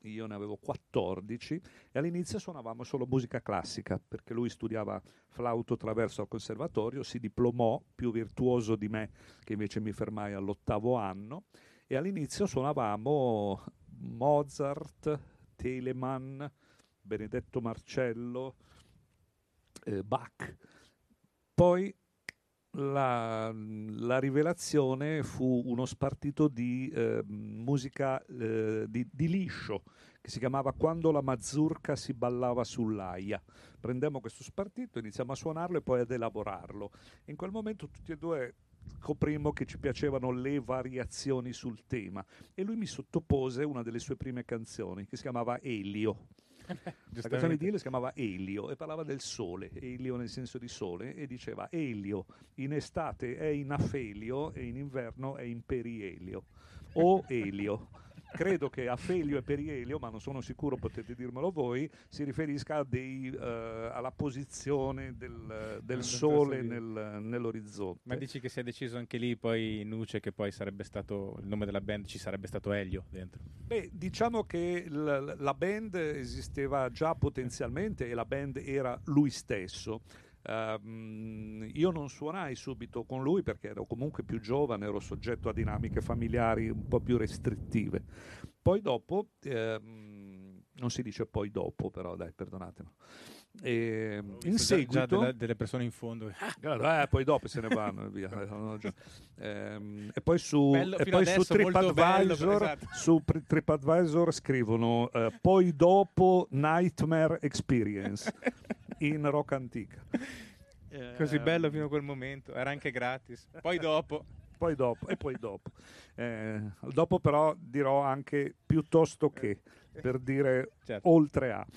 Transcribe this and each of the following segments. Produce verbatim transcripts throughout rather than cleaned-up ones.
io ne avevo quattordici, e all'inizio suonavamo solo musica classica, perché lui studiava flauto traverso al conservatorio, si diplomò, più virtuoso di me, che invece mi fermai all'ottavo anno, e all'inizio suonavamo Mozart, Telemann, Benedetto Marcello, eh, Bach. Poi la, la rivelazione fu uno spartito di eh, musica eh, di, di liscio, che si chiamava Quando la mazurka si ballava sull'aia. Prendemmo questo spartito, iniziamo a suonarlo e poi ad elaborarlo. In quel momento tutti e due scoprimmo che ci piacevano le variazioni sul tema, e lui mi sottopose una delle sue prime canzoni, che si chiamava Elio. La canzone di Elio si chiamava Elio e parlava del sole, Elio nel senso di sole, e diceva: Elio in estate è in afelio e in inverno è in perielio. O Elio. Credo che afelio e perielio, ma non sono sicuro, potete dirmelo voi, si riferisca a dei, uh, alla posizione del, del sole nel, nell'orizzonte. Ma dici che si è deciso anche lì poi Nuce che poi sarebbe stato il nome della band, ci sarebbe stato Elio dentro? Beh, diciamo che l- la band esisteva già potenzialmente e la band era lui stesso. Uh, io non suonai subito con lui perché ero comunque più giovane, ero soggetto a dinamiche familiari un po' più restrittive. Poi dopo, ehm, non si dice poi dopo, però dai, perdonatemi. E, in seguito, già della, delle persone in fondo, eh, poi dopo se ne vanno via. ehm, e poi su, bello, e poi su TripAdvisor, bello, esatto. su TripAdvisor scrivono uh, poi dopo Nightmare Experience in rock antica. Così bello fino a quel momento, era anche gratis. Poi dopo, poi dopo e poi dopo. Eh, dopo però dirò anche piuttosto che, per dire certo. Oltre a.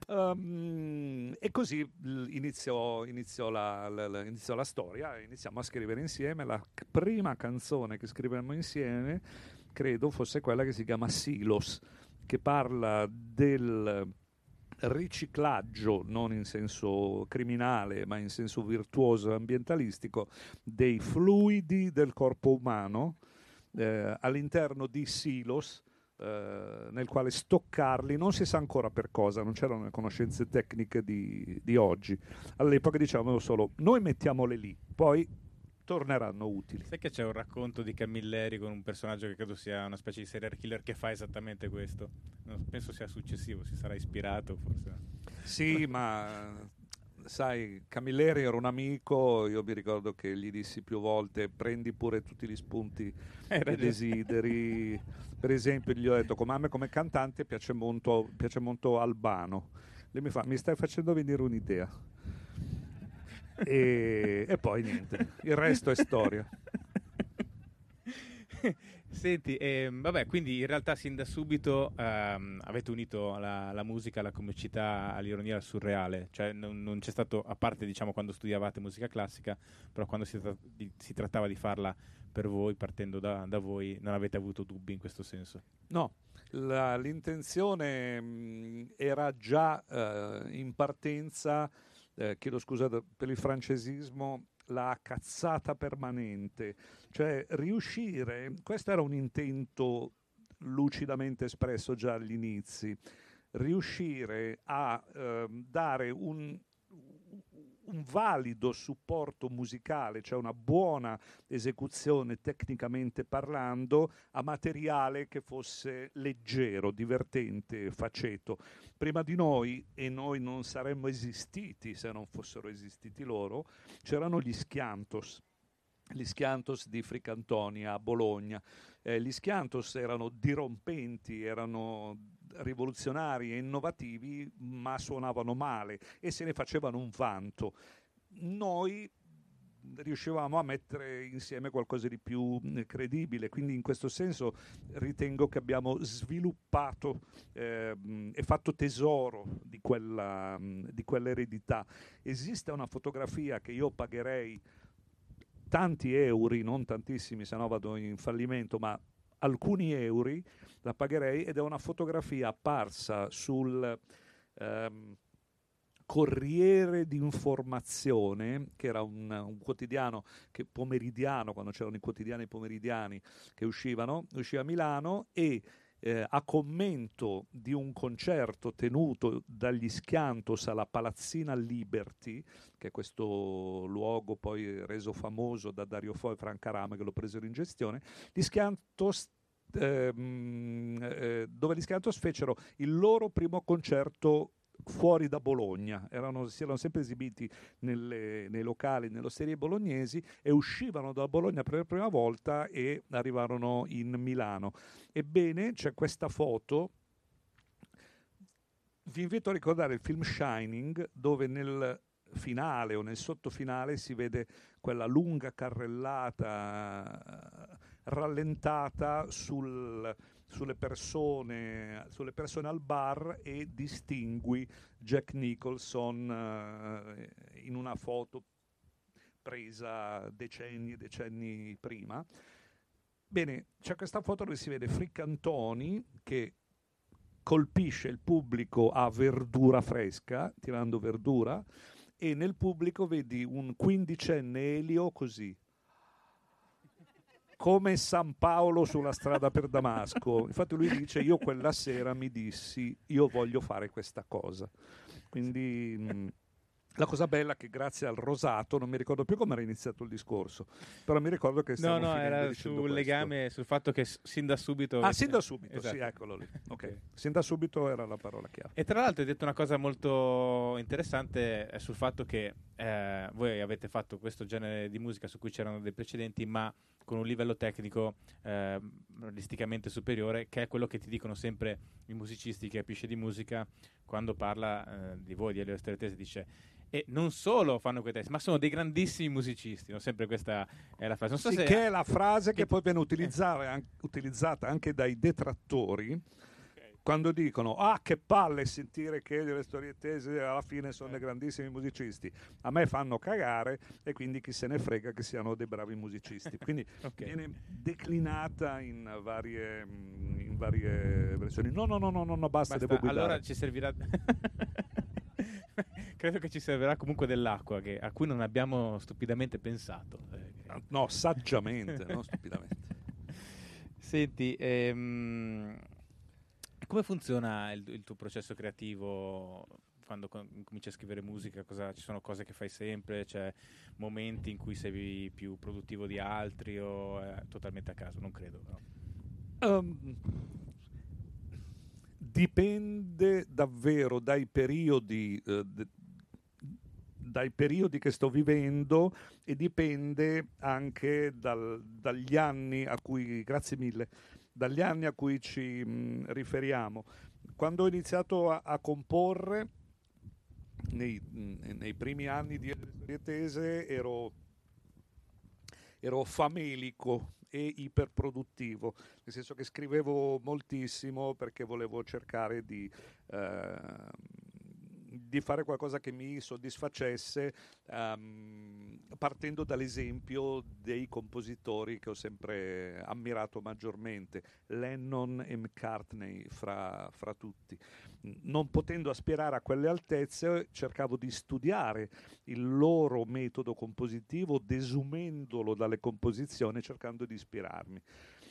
Um, e così iniziò, iniziò, la, la, la, iniziò la storia, iniziamo a scrivere insieme. La c- prima canzone che scrivemmo insieme credo fosse quella che si chiama Silos, che parla del riciclaggio, non in senso criminale ma in senso virtuoso e ambientalistico, dei fluidi del corpo umano eh, all'interno di silos, eh, nel quale stoccarli, non si sa ancora per cosa, non c'erano le conoscenze tecniche di, di oggi. All'epoca dicevano solo noi mettiamole lì, poi torneranno utili. Sai che c'è un racconto di Camilleri con un personaggio che credo sia una specie di serial killer che fa esattamente questo? Non penso sia successivo, si sarà ispirato forse. Sì, ma sai, Camilleri era un amico, io mi ricordo che gli dissi più volte prendi pure tutti gli spunti che desideri. Per esempio gli ho detto, come a me come cantante piace molto, piace molto Albano. Lei mi fa, mi stai facendo venire un'idea. E, e poi niente, il resto è storia. Senti, ehm, vabbè, quindi in realtà sin da subito ehm, avete unito la, la musica, la comicità, all'ironia, al surreale, cioè non, non c'è stato, a parte diciamo quando studiavate musica classica, però quando si, tra- di, si trattava di farla per voi, partendo da, da voi, non avete avuto dubbi in questo senso? No, la, l'intenzione mh, era già eh, in partenza, eh, chiedo scusa per il francesismo, la cazzata permanente, cioè riuscire, questo era un intento lucidamente espresso già agli inizi, riuscire a eh, dare un, un valido supporto musicale, cioè una buona esecuzione tecnicamente parlando, a materiale che fosse leggero, divertente, faceto. Prima di noi, e noi non saremmo esistiti se non fossero esistiti loro, c'erano gli Schiantos. Gli Schiantos di Fricantonia a Bologna. Eh, gli Schiantos erano dirompenti, erano rivoluzionari e innovativi, ma suonavano male e se ne facevano un vanto. Noi riuscivamo a mettere insieme qualcosa di più credibile, quindi in questo senso ritengo che abbiamo sviluppato eh, e fatto tesoro di quella, di quell'eredità. Esiste una fotografia che io pagherei tanti euro, non tantissimi, se no vado in fallimento, ma alcuni euro la pagherei, ed è una fotografia apparsa sul ehm, Corriere d'Informazione, che era un, un quotidiano che, pomeridiano, quando c'erano i quotidiani pomeridiani che uscivano, usciva a Milano, e eh, a commento di un concerto tenuto dagli Schiantos alla Palazzina Liberty, che è questo luogo poi reso famoso da Dario Fo e Franca Rame, che lo presero in gestione. Gli Schiantos ehm, eh, dove gli Schiantos fecero il loro primo concerto fuori da Bologna, erano, si erano sempre esibiti nelle, nei locali, nelle osterie bolognesi, e uscivano da Bologna per la prima volta e arrivarono in Milano. Ebbene, c'è questa foto. Vi invito a ricordare il film Shining, dove nel finale o nel sottofinale si vede quella lunga carrellata rallentata sul sulle persone, sulle persone al bar, e distingui Jack Nicholson eh, in una foto presa decenni e decenni prima. Bene, c'è questa foto dove si vede Fricantoni che colpisce il pubblico a verdura fresca, tirando verdura, e nel pubblico vedi un quindicenne Elio così, come San Paolo sulla strada per Damasco. Infatti lui dice: io quella sera mi dissi, io voglio fare questa cosa. Quindi mh, la cosa bella è che grazie al rosato, non mi ricordo più come era iniziato il discorso, però mi ricordo che No, stiamo no, finendo era dicendo sul questo. legame, sul fatto che s- sin da subito... Ah, sin da subito, Esatto. sì, eccolo lì. Ok, Ok. sin da subito era la parola chiave. E tra l'altro hai detto una cosa molto interessante eh, sul fatto che eh, voi avete fatto questo genere di musica su cui c'erano dei precedenti, ma con un livello tecnico eh, realisticamente superiore, che è quello che ti dicono sempre i musicisti, chi capisce di musica, quando parla eh, di voi, di Elio Esteretese, dice: e non solo fanno quei testi, ma sono dei grandissimi musicisti, no? Sempre questa è la frase. Non so Sì, se che è la frase che che- poi viene utilizzare an- utilizzata anche dai detrattori, quando dicono: ah, che palle sentire che le storietese alla fine sono dei grandissimi musicisti. A me fanno cagare, e quindi chi se ne frega che siano dei bravi musicisti. Quindi Ok. viene declinata in varie, mm, in varie versioni. No, no, no, no, no, no, basta, Basta, devo guidare. allora ci servirà credo che ci servirà comunque dell'acqua, che- a cui non abbiamo stupidamente pensato. eh, che- No, saggiamente, non stupidamente. Senti, ehm, come funziona il, il tuo processo creativo quando co- cominci a scrivere musica? Cosa, ci sono cose che fai sempre? C'è momenti in cui sei più produttivo di altri, o è totalmente a caso? Non credo. No. Um, dipende davvero dai periodi, eh, de- dai periodi che sto vivendo, e dipende anche dal- dagli anni a cui, grazie mille, dagli anni a cui ci mh, riferiamo. Quando ho iniziato a, a comporre, nei, mh, nei primi anni di Arietese, ero ero famelico e iperproduttivo, nel senso che scrivevo moltissimo perché volevo cercare di, eh, di fare qualcosa che mi soddisfacesse, ehm, partendo dall'esempio dei compositori che ho sempre ammirato maggiormente, Lennon e McCartney fra, fra tutti. Non potendo aspirare a quelle altezze, cercavo di studiare il loro metodo compositivo, desumendolo dalle composizioni, cercando di ispirarmi.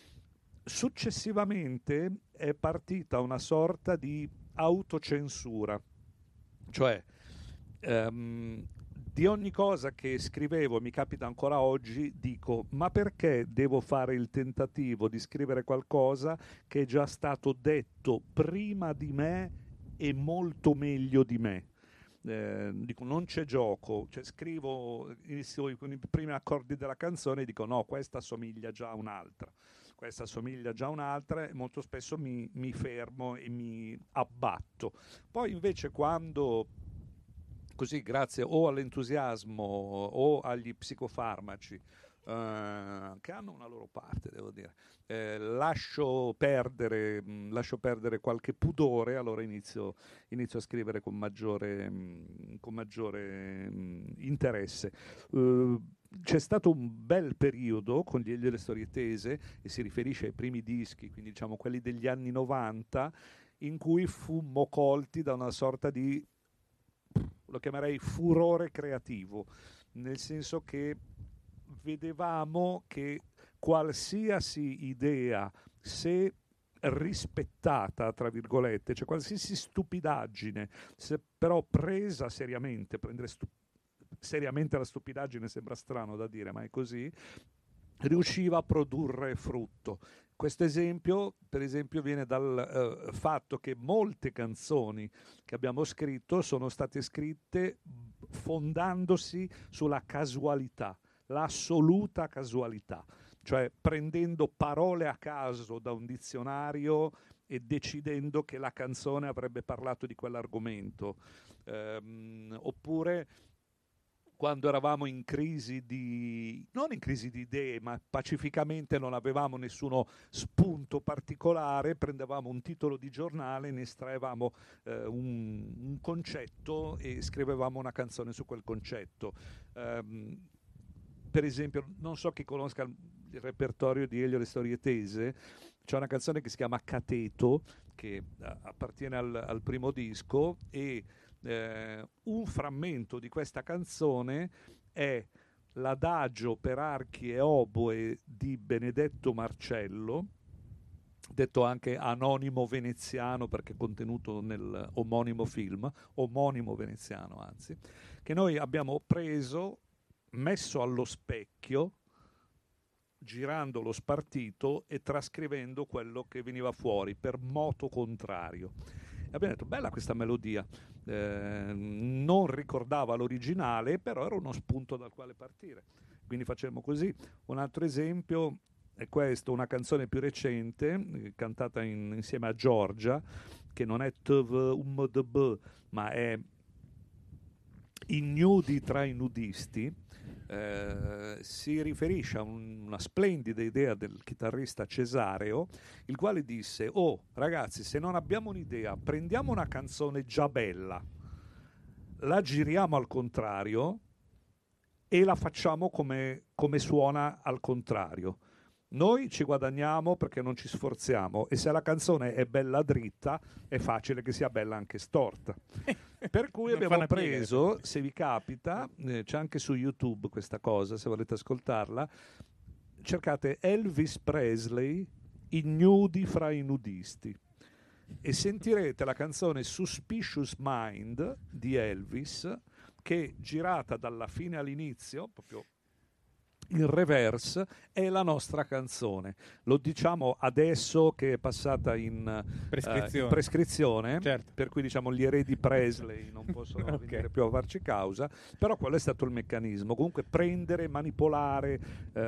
Successivamente è partita una sorta di autocensura, cioè ehm, di ogni cosa che scrivevo, mi capita ancora oggi, dico: ma perché devo fare il tentativo di scrivere qualcosa che è già stato detto prima di me e molto meglio di me? Eh, dico, non c'è gioco, cioè, scrivo, inizio con i primi accordi della canzone e dico: no, questa assomiglia già a un'altra, questa assomiglia già a un'altra, e molto spesso mi, mi fermo e mi abbatto. Poi invece, quando così, grazie o all'entusiasmo o agli psicofarmaci, eh, che hanno una loro parte, devo dire, eh, lascio perdere, mh, lascio perdere qualche pudore, allora inizio, inizio a scrivere con maggiore, mh, con maggiore mh, interesse. Uh, c'è stato un bel periodo con gli Elio delle Storietese, e si riferisce ai primi dischi, quindi diciamo quelli degli anni novanta, in cui fummo colti da una sorta di, lo chiamerei furore creativo, nel senso che vedevamo che qualsiasi idea, se rispettata, tra virgolette, cioè qualsiasi stupidaggine, se però presa seriamente, prendere stu- seriamente la stupidaggine sembra strano da dire, ma è così, riusciva a produrre frutto. Questo esempio, per esempio, viene dal eh, fatto che molte canzoni che abbiamo scritto sono state scritte fondandosi sulla casualità, l'assoluta casualità, cioè prendendo parole a caso da un dizionario e decidendo che la canzone avrebbe parlato di quell'argomento. Ehm, oppure quando eravamo in crisi di, non in crisi di idee, ma pacificamente non avevamo nessuno spunto particolare, prendevamo un titolo di giornale, ne estraevamo eh, un, un concetto e scrivevamo una canzone su quel concetto. Um, per esempio, non so chi conosca il, il repertorio di Elio Le Storie Tese, c'è una canzone che si chiama Cateto, che uh, appartiene al, al primo disco, e Eh, un frammento di questa canzone è l'adagio per archi e oboe di Benedetto Marcello, detto anche anonimo veneziano perché contenuto nel omonimo film, omonimo veneziano anzi, che noi abbiamo preso, messo allo specchio, girando lo spartito e trascrivendo quello che veniva fuori per moto contrario. E abbiamo detto, bella questa melodia, eh, non ricordava l'originale, però era uno spunto dal quale partire. Quindi facciamo così. Un altro esempio è questo, una canzone più recente, eh, cantata in, insieme a Giorgia, che non è T V Um D B, ma è Ignudi tra i nudisti. Eh, si riferisce a un, una splendida idea del chitarrista Cesareo, il quale disse: oh ragazzi, se non abbiamo un'idea, prendiamo una canzone già bella, la giriamo al contrario e la facciamo come, come suona al contrario. Noi ci guadagniamo perché non ci sforziamo, e se la canzone è bella dritta è facile che sia bella anche storta. Per cui abbiamo preso, piega, se vi capita, eh, c'è anche su YouTube questa cosa, se volete ascoltarla, cercate Elvis Presley ignudi fra i nudisti e sentirete la canzone Suspicious Mind di Elvis, che girata dalla fine all'inizio, proprio in reverse, è la nostra canzone. Lo diciamo adesso che è passata in prescrizione, uh, in prescrizione, certo, per cui diciamo gli eredi Presley non possono okay. venire più a farci causa, però quello è stato il meccanismo. Comunque prendere, manipolare,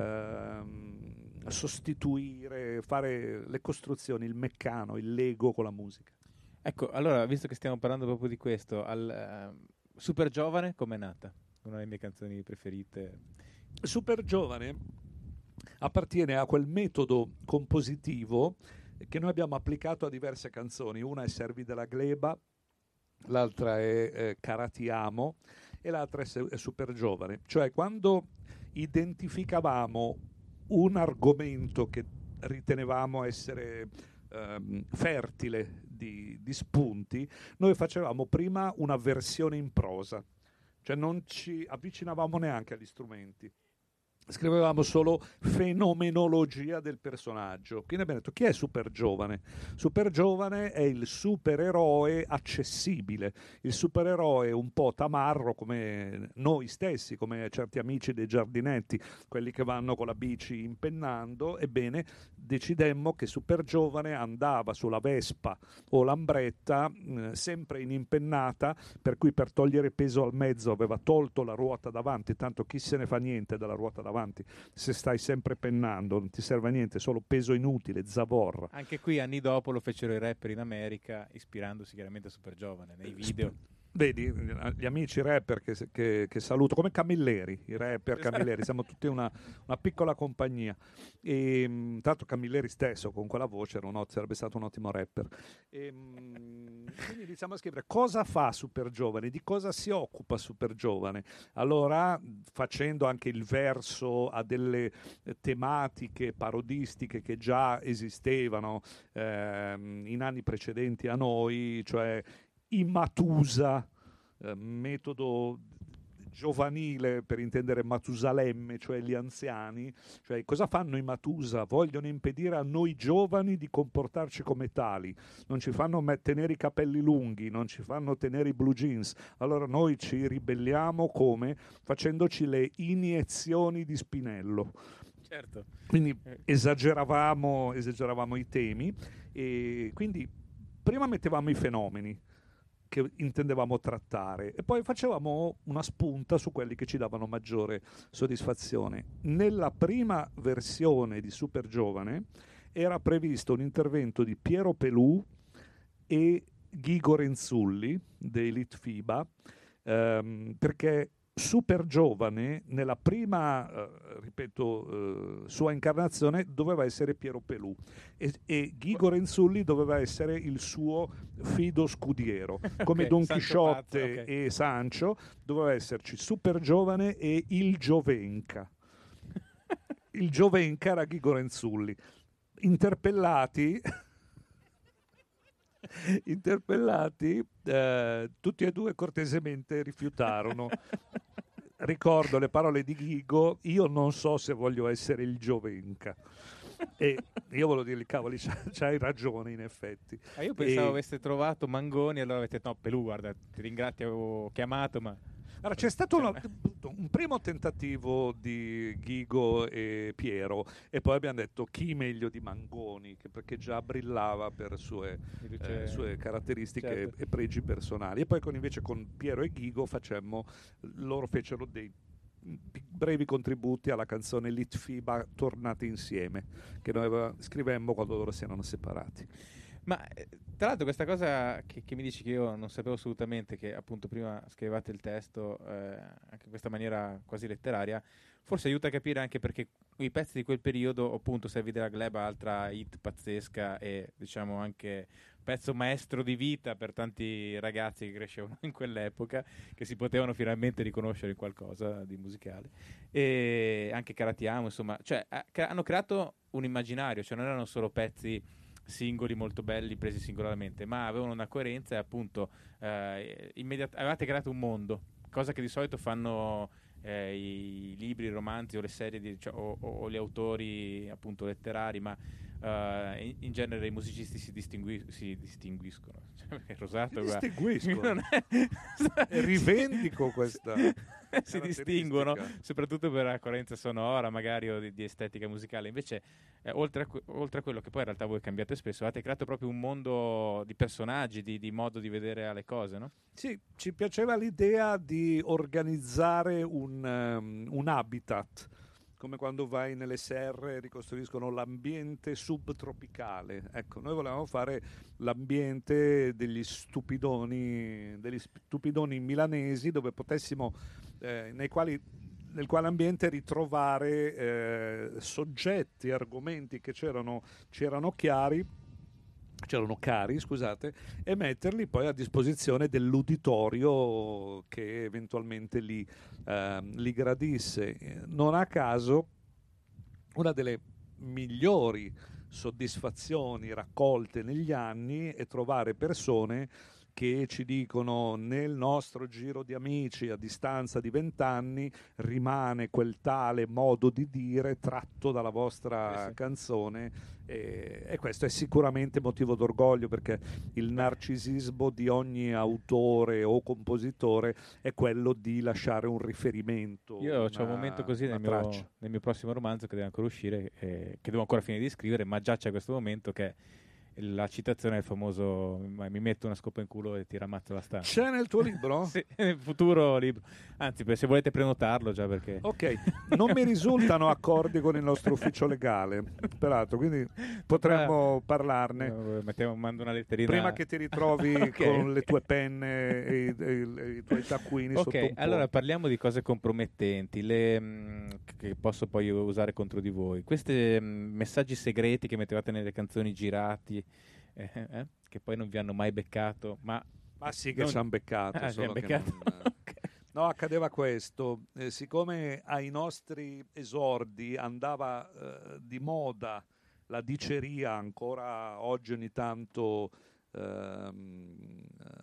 ehm, sostituire, fare le costruzioni, il meccano, il Lego con la musica. Ecco, allora, visto che stiamo parlando proprio di questo, al uh, Super Giovane com'è nata? Una delle mie canzoni preferite. Super Giovane appartiene a quel metodo compositivo che noi abbiamo applicato a diverse canzoni. Una è Servi della Gleba, l'altra è eh, Cara ti amo e l'altra è, è Super Giovane. Cioè, quando identificavamo un argomento che ritenevamo essere ehm, fertile di, di spunti, noi facevamo prima una versione in prosa, cioè non ci avvicinavamo neanche agli strumenti, scrivevamo solo fenomenologia del personaggio. Quindi abbiamo detto: chi è Super Giovane? Super Giovane è il supereroe accessibile, il supereroe un po' tamarro come noi stessi, come certi amici dei giardinetti, quelli che vanno con la bici impennando. Ebbene, decidemmo che Super Giovane andava sulla Vespa o Lambretta, eh, sempre in impennata, per cui per togliere peso al mezzo aveva tolto la ruota davanti, tanto chi se ne fa niente della ruota davanti, se stai sempre pennando non ti serve a niente, solo peso inutile, zavorra. Anche qui anni dopo lo fecero i rapper in America, ispirandosi chiaramente a Super Giovane nei video. Vedi, gli amici rapper che, che, che saluto, come Camilleri, i rapper Camilleri, siamo tutti una, una piccola compagnia. E tanto Camilleri stesso con quella voce era un, sarebbe stato un ottimo rapper. E, quindi iniziamo a scrivere cosa fa Super Giovane, di cosa si occupa Super Giovane. Allora, facendo anche il verso a delle tematiche parodistiche che già esistevano ehm, in anni precedenti a noi, cioè i Matusa, eh, metodo giovanile, per intendere Matusalemme, cioè gli anziani. Cioè, cosa fanno i Matusa? Vogliono impedire a noi giovani di comportarci come tali, non ci fanno met- tenere i capelli lunghi, non ci fanno tenere i blue jeans, allora noi ci ribelliamo come? Facendoci le iniezioni di Spinello. Certo. Quindi esageravamo, esageravamo i temi, e quindi prima mettevamo i fenomeni che intendevamo trattare e poi facevamo una spunta su quelli che ci davano maggiore soddisfazione. Nella prima versione di Super Giovane era previsto un intervento di Piero Pelù e Ghigo Renzulli dei Litfiba, ehm, perché Super Giovane nella prima, eh, ripeto, eh, sua incarnazione doveva essere Piero Pelù e, e Ghigo Renzulli doveva essere il suo fido scudiero, come Okay, Don Sancho Chisciotte Pazzo, okay. e Sancho. Doveva esserci Super Giovane e il Giovenca. Il Giovenca era Ghigo Renzulli. Interpellati interpellati eh, tutti e due cortesemente rifiutarono. Ricordo le parole di Ghigo: io non so se voglio essere il Giovenca. E io volevo dirgli, cavoli, c'hai, c'hai ragione in effetti. Ah, io pensavo E- aveste trovato Mangoni, allora avete detto no, Pelù, guarda, ti ringrazio, avevo chiamato, ma... Allora, c'è stato Cioè, uno- un primo tentativo di Ghigo e Piero e poi abbiamo detto chi meglio di Mangoni, che perché già brillava per sue, mi dice- eh, sue caratteristiche certo. e, e pregi personali. E poi con, invece con Piero e Ghigo facemmo, loro fecero dei pi- brevi contributi alla canzone Litfiba Tornate insieme, che noi aveva- scrivemmo quando loro si erano separati. Ma eh, tra l'altro questa cosa che, che mi dici che io non sapevo assolutamente, che appunto prima scrivevate il testo eh, anche in questa maniera quasi letteraria, forse aiuta a capire anche perché i pezzi di quel periodo, appunto Servi della Gleba, altra hit pazzesca e diciamo anche pezzo maestro di vita per tanti ragazzi che crescevano in quell'epoca, che si potevano finalmente riconoscere in qualcosa di musicale, e anche Caratiamo, insomma, cioè eh, cre- hanno creato un immaginario, cioè non erano solo pezzi singoli molto belli presi singolarmente, ma avevano una coerenza e appunto eh, immediat- avevate creato un mondo, cosa che di solito fanno eh, i libri, i romanzi o le serie di, cioè, o, o gli autori appunto letterari, ma eh, in, in genere i musicisti si, distingui- si distinguiscono. Cioè, Rosato, Si guarda. distinguiscono. Non è- E rivendico questa si distinguono caratteristica. soprattutto per la coerenza sonora magari o di, di estetica musicale. Invece eh, oltre, a, que- oltre a quello che poi in realtà voi cambiate spesso, avete creato proprio un mondo di personaggi, di, di modo di vedere alle cose, no? Sì, ci piaceva l'idea di organizzare un, um, un habitat, come quando vai nelle serre e ricostruiscono l'ambiente subtropicale. Ecco, noi volevamo fare l'ambiente degli stupidoni, degli stupidoni milanesi, dove potessimo, eh, nei quali, nel quale ambiente ritrovare eh, soggetti, argomenti che c'erano, c'erano chiari, c'erano cari, scusate, e metterli poi a disposizione dell'uditorio che eventualmente li, ehm, li gradisse. Non a caso, una delle migliori soddisfazioni raccolte negli anni è trovare persone che ci dicono: nel nostro giro di amici a distanza di vent'anni rimane quel tale modo di dire tratto dalla vostra Sì, sì. canzone, e, e questo è sicuramente motivo d'orgoglio, perché il narcisismo di ogni autore o compositore è quello di lasciare un riferimento, Io ho una, un momento così una nel traccia. mio, nel mio prossimo romanzo che deve ancora uscire, eh, che devo ancora finire di scrivere, ma già c'è questo momento che è la citazione del famoso "Ma mi metto una scopa in culo e ti rammazzo la stanza". C'è nel tuo libro? Sì, nel futuro libro. Anzi, per- se volete prenotarlo già, perché... Ok, non mi risultano accordi con il nostro ufficio legale, peraltro, quindi potremmo parlarne Eh, mettiamo- mando una letterina. prima che ti ritrovi Ok, con ok. le tue penne e, i- e i- e i tuoi taccuini sotto Ok, un allora ponte. parliamo di cose compromettenti, le, mh, che posso poi usare contro di voi. Questi messaggi segreti che mettevate nelle canzoni girati, eh, eh, che poi non vi hanno mai beccato, ma... Ma sì che non- ci hanno beccato, Ah, ci solo han che beccato. non... Ok. No, accadeva questo, eh, siccome ai nostri esordi andava eh, di moda la diceria, ancora oggi ogni tanto ehm, eh,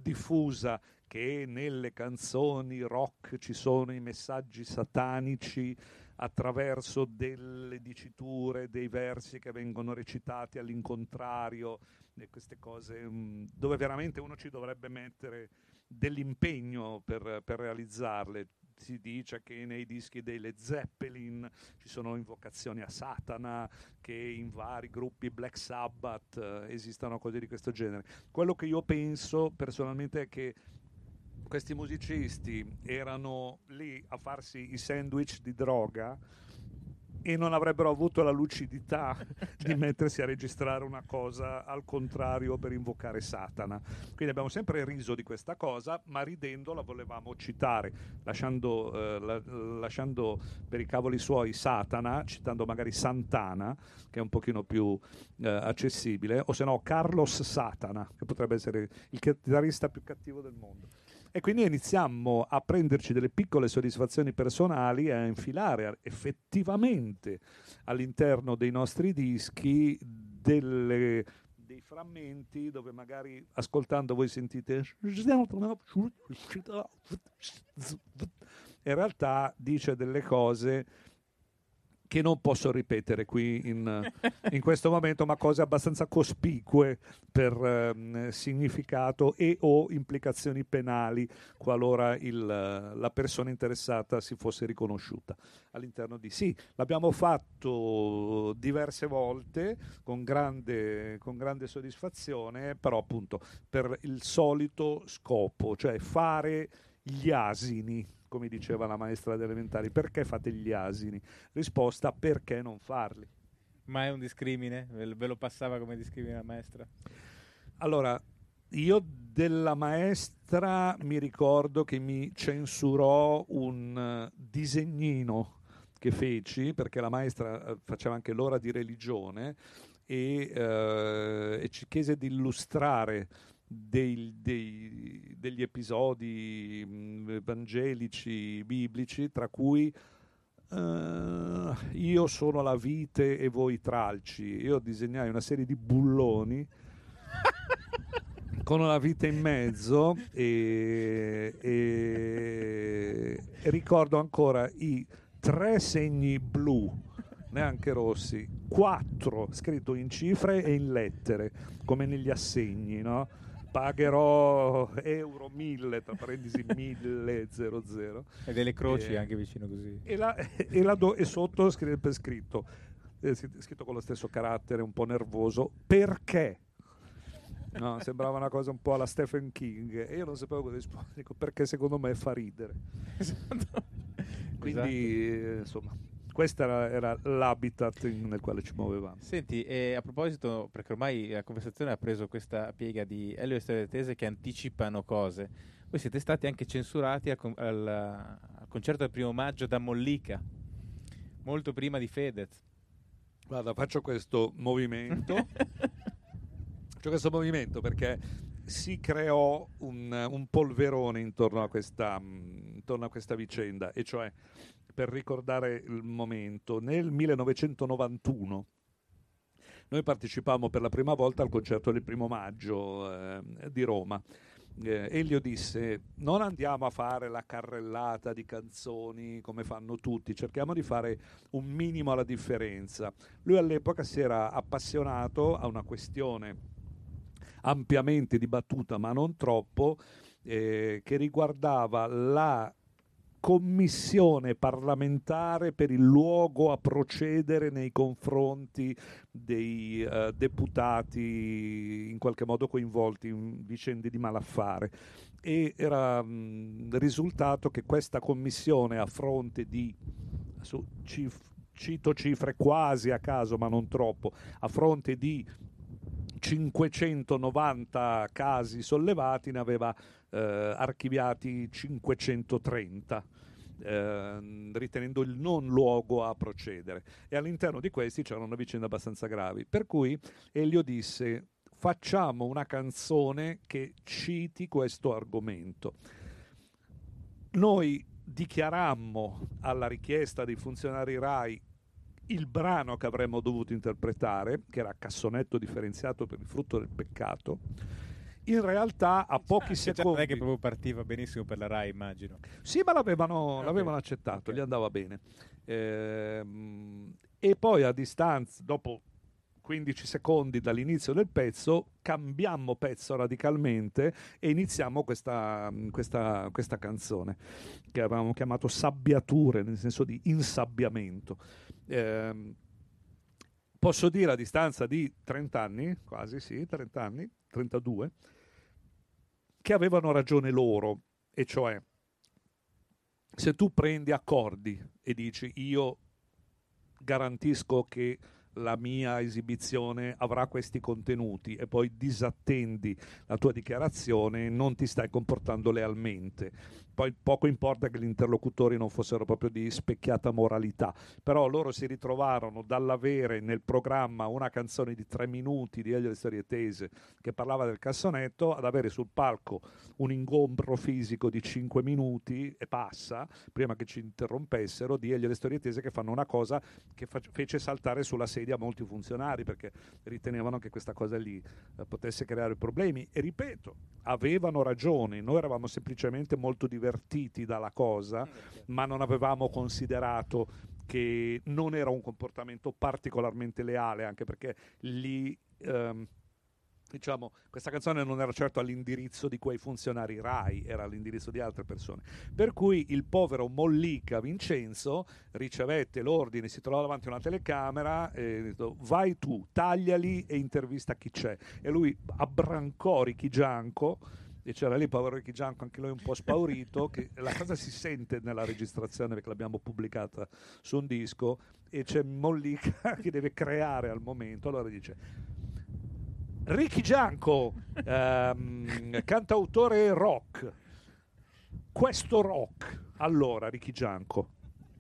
diffusa che nelle canzoni rock ci sono i messaggi satanici attraverso delle diciture, dei versi che vengono recitati all'incontrario, e queste cose mh, dove veramente uno ci dovrebbe mettere dell'impegno per, per realizzarle. Si dice che nei dischi dei Led Zeppelin ci sono invocazioni a Satana, che in vari gruppi Black Sabbath eh, esistano cose di questo genere. Quello che io penso personalmente è che questi musicisti erano lì a farsi i sandwich di droga e non avrebbero avuto la lucidità di mettersi a registrare una cosa al contrario per invocare Satana. Quindi abbiamo sempre riso di questa cosa, ma ridendo la volevamo citare, lasciando, eh, la, lasciando per i cavoli suoi Satana, citando magari Santana, che è un pochino più eh, accessibile, o se no Carlos Satana, che potrebbe essere il chitarrista più cattivo del mondo. E quindi iniziammo a prenderci delle piccole soddisfazioni personali e a infilare effettivamente all'interno dei nostri dischi delle, dei frammenti dove magari ascoltando voi sentite in realtà dice delle cose che non posso ripetere qui in, in questo momento, ma cose abbastanza cospicue per eh, significato e o implicazioni penali qualora il, la persona interessata si fosse riconosciuta all'interno di sì. L'abbiamo fatto diverse volte con grande, con grande soddisfazione, però appunto per il solito scopo, cioè fare gli asini, come diceva la maestra delle elementari. Perché fate gli asini? Risposta: perché non farli? Ma è un discrimine? Ve lo passava come discrimine la maestra? Allora, io della maestra mi ricordo che mi censurò un disegnino che feci, perché la maestra faceva anche l'ora di religione e, eh, e ci chiese di illustrare Dei, dei, degli episodi mh, evangelici, biblici, tra cui uh, io sono la vite e voi tralci. Io disegnai una serie di bulloni con una vite in mezzo e, e, e ricordo ancora i tre segni blu, neanche rossi, quattro scritto in cifre e in lettere, come negli assegni, no? Pagherò euro mille, tra parentesi mille zero zero, e delle croci e, anche vicino così, e, la, e, la do, e sotto scritto, scritto, eh, scritto con lo stesso carattere un po' nervoso, perché? No, sembrava una cosa un po' alla Stephen King e io non sapevo cosa rispondere. Dico, perché secondo me fa ridere. Esatto. Quindi Esatto. eh, insomma, questo era, era l'habitat in, nel quale ci muovevamo. Senti, e a proposito, perché ormai la conversazione ha preso questa piega di Elio e Storie Tese che anticipano cose, voi siete stati anche censurati al, al, al concerto del primo maggio da Mollica, molto prima di Fedez. Guarda, faccio questo movimento faccio questo movimento perché si creò un, un polverone intorno a questa intorno a questa vicenda, e cioè, per ricordare il momento, nel millenovecentonovantuno noi partecipammo per la prima volta al concerto del primo maggio eh, di Roma. Eh, Elio disse: non andiamo a fare la carrellata di canzoni come fanno tutti, cerchiamo di fare un minimo alla differenza. Lui all'epoca si era appassionato a una questione ampiamente dibattuta, ma non troppo, eh, che riguardava la commissione parlamentare per il luogo a procedere nei confronti dei uh, deputati in qualche modo coinvolti in vicende di malaffare, e era mh, risultato che questa commissione, a fronte di su, cif- cito cifre quasi a caso ma non troppo, a fronte di cinquecentonovanta casi sollevati, ne aveva eh, archiviati cinquecentotrenta, eh, ritenendo il non luogo a procedere, e all'interno di questi c'erano una vicenda abbastanza gravi, per cui Elio disse: facciamo una canzone che citi questo argomento. Noi dichiarammo alla richiesta dei funzionari RAI il brano che avremmo dovuto interpretare, che era Cassonetto differenziato per il frutto del peccato, in realtà a pochi ah, secondi... Non è che proprio partiva benissimo per la Rai, immagino. Sì, ma l'avevano, okay. l'avevano accettato, okay. gli andava bene. Ehm, e poi a distanza, dopo quindici secondi dall'inizio del pezzo, cambiammo pezzo radicalmente e iniziamo questa, questa, questa canzone che avevamo chiamato Sabbiature, nel senso di insabbiamento. Ehm, posso dire a distanza di trenta anni, quasi sì, trenta anni, trentadue, che avevano ragione loro, e cioè se tu prendi accordi e dici io garantisco che la mia esibizione avrà questi contenuti e poi disattendi la tua dichiarazione, non ti stai comportando lealmente. Poi poco importa che gli interlocutori non fossero proprio di specchiata moralità, però loro si ritrovarono dall'avere nel programma una canzone di tre minuti di Elio e le Storie Tese che parlava del cassonetto ad avere sul palco un ingombro fisico di cinque minuti e passa, prima che ci interrompessero, di Elio e le Storie Tese che fanno una cosa che fece saltare sulla sedia molti funzionari perché ritenevano che questa cosa lì eh, potesse creare problemi. E ripeto, avevano ragione, noi eravamo semplicemente molto divertiti dalla cosa, ma non avevamo considerato che non era un comportamento particolarmente leale, anche perché lì ehm, diciamo, questa canzone non era certo all'indirizzo di quei funzionari Rai, era all'indirizzo di altre persone, per cui il povero Mollica Vincenzo ricevette l'ordine, si trovò davanti a una telecamera e ha detto vai tu, tagliali e intervista chi c'è, e lui abbrancò Ricky Gianco e c'era lì povero Ricky Gianco, anche lui un po' spaurito, che la cosa si sente nella registrazione perché l'abbiamo pubblicata su un disco, e c'è Mollica che deve creare al momento, allora dice Ricky Gianco, ehm, cantautore rock, questo rock, allora Ricky Gianco,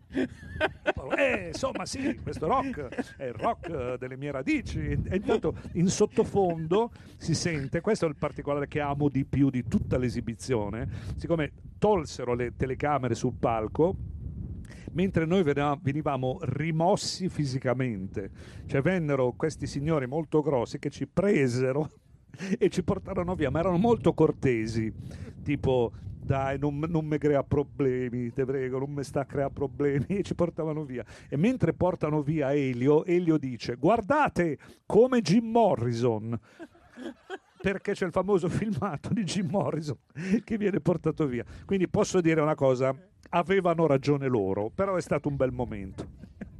eh, insomma sì, questo rock è il rock delle mie radici, e intanto in sottofondo si sente, questo è il particolare che amo di più di tutta l'esibizione, siccome tolsero le telecamere sul palco mentre noi venivamo rimossi fisicamente, cioè vennero questi signori molto grossi che ci presero e ci portarono via, ma erano molto cortesi, tipo dai non, non mi crea problemi, te prego, non mi sta a creare problemi, e ci portavano via. E mentre portano via Elio, Elio dice guardate come Jim Morrison, perché c'è il famoso filmato di Jim Morrison che viene portato via. Quindi posso dire una cosa, avevano ragione loro, però è stato un bel momento.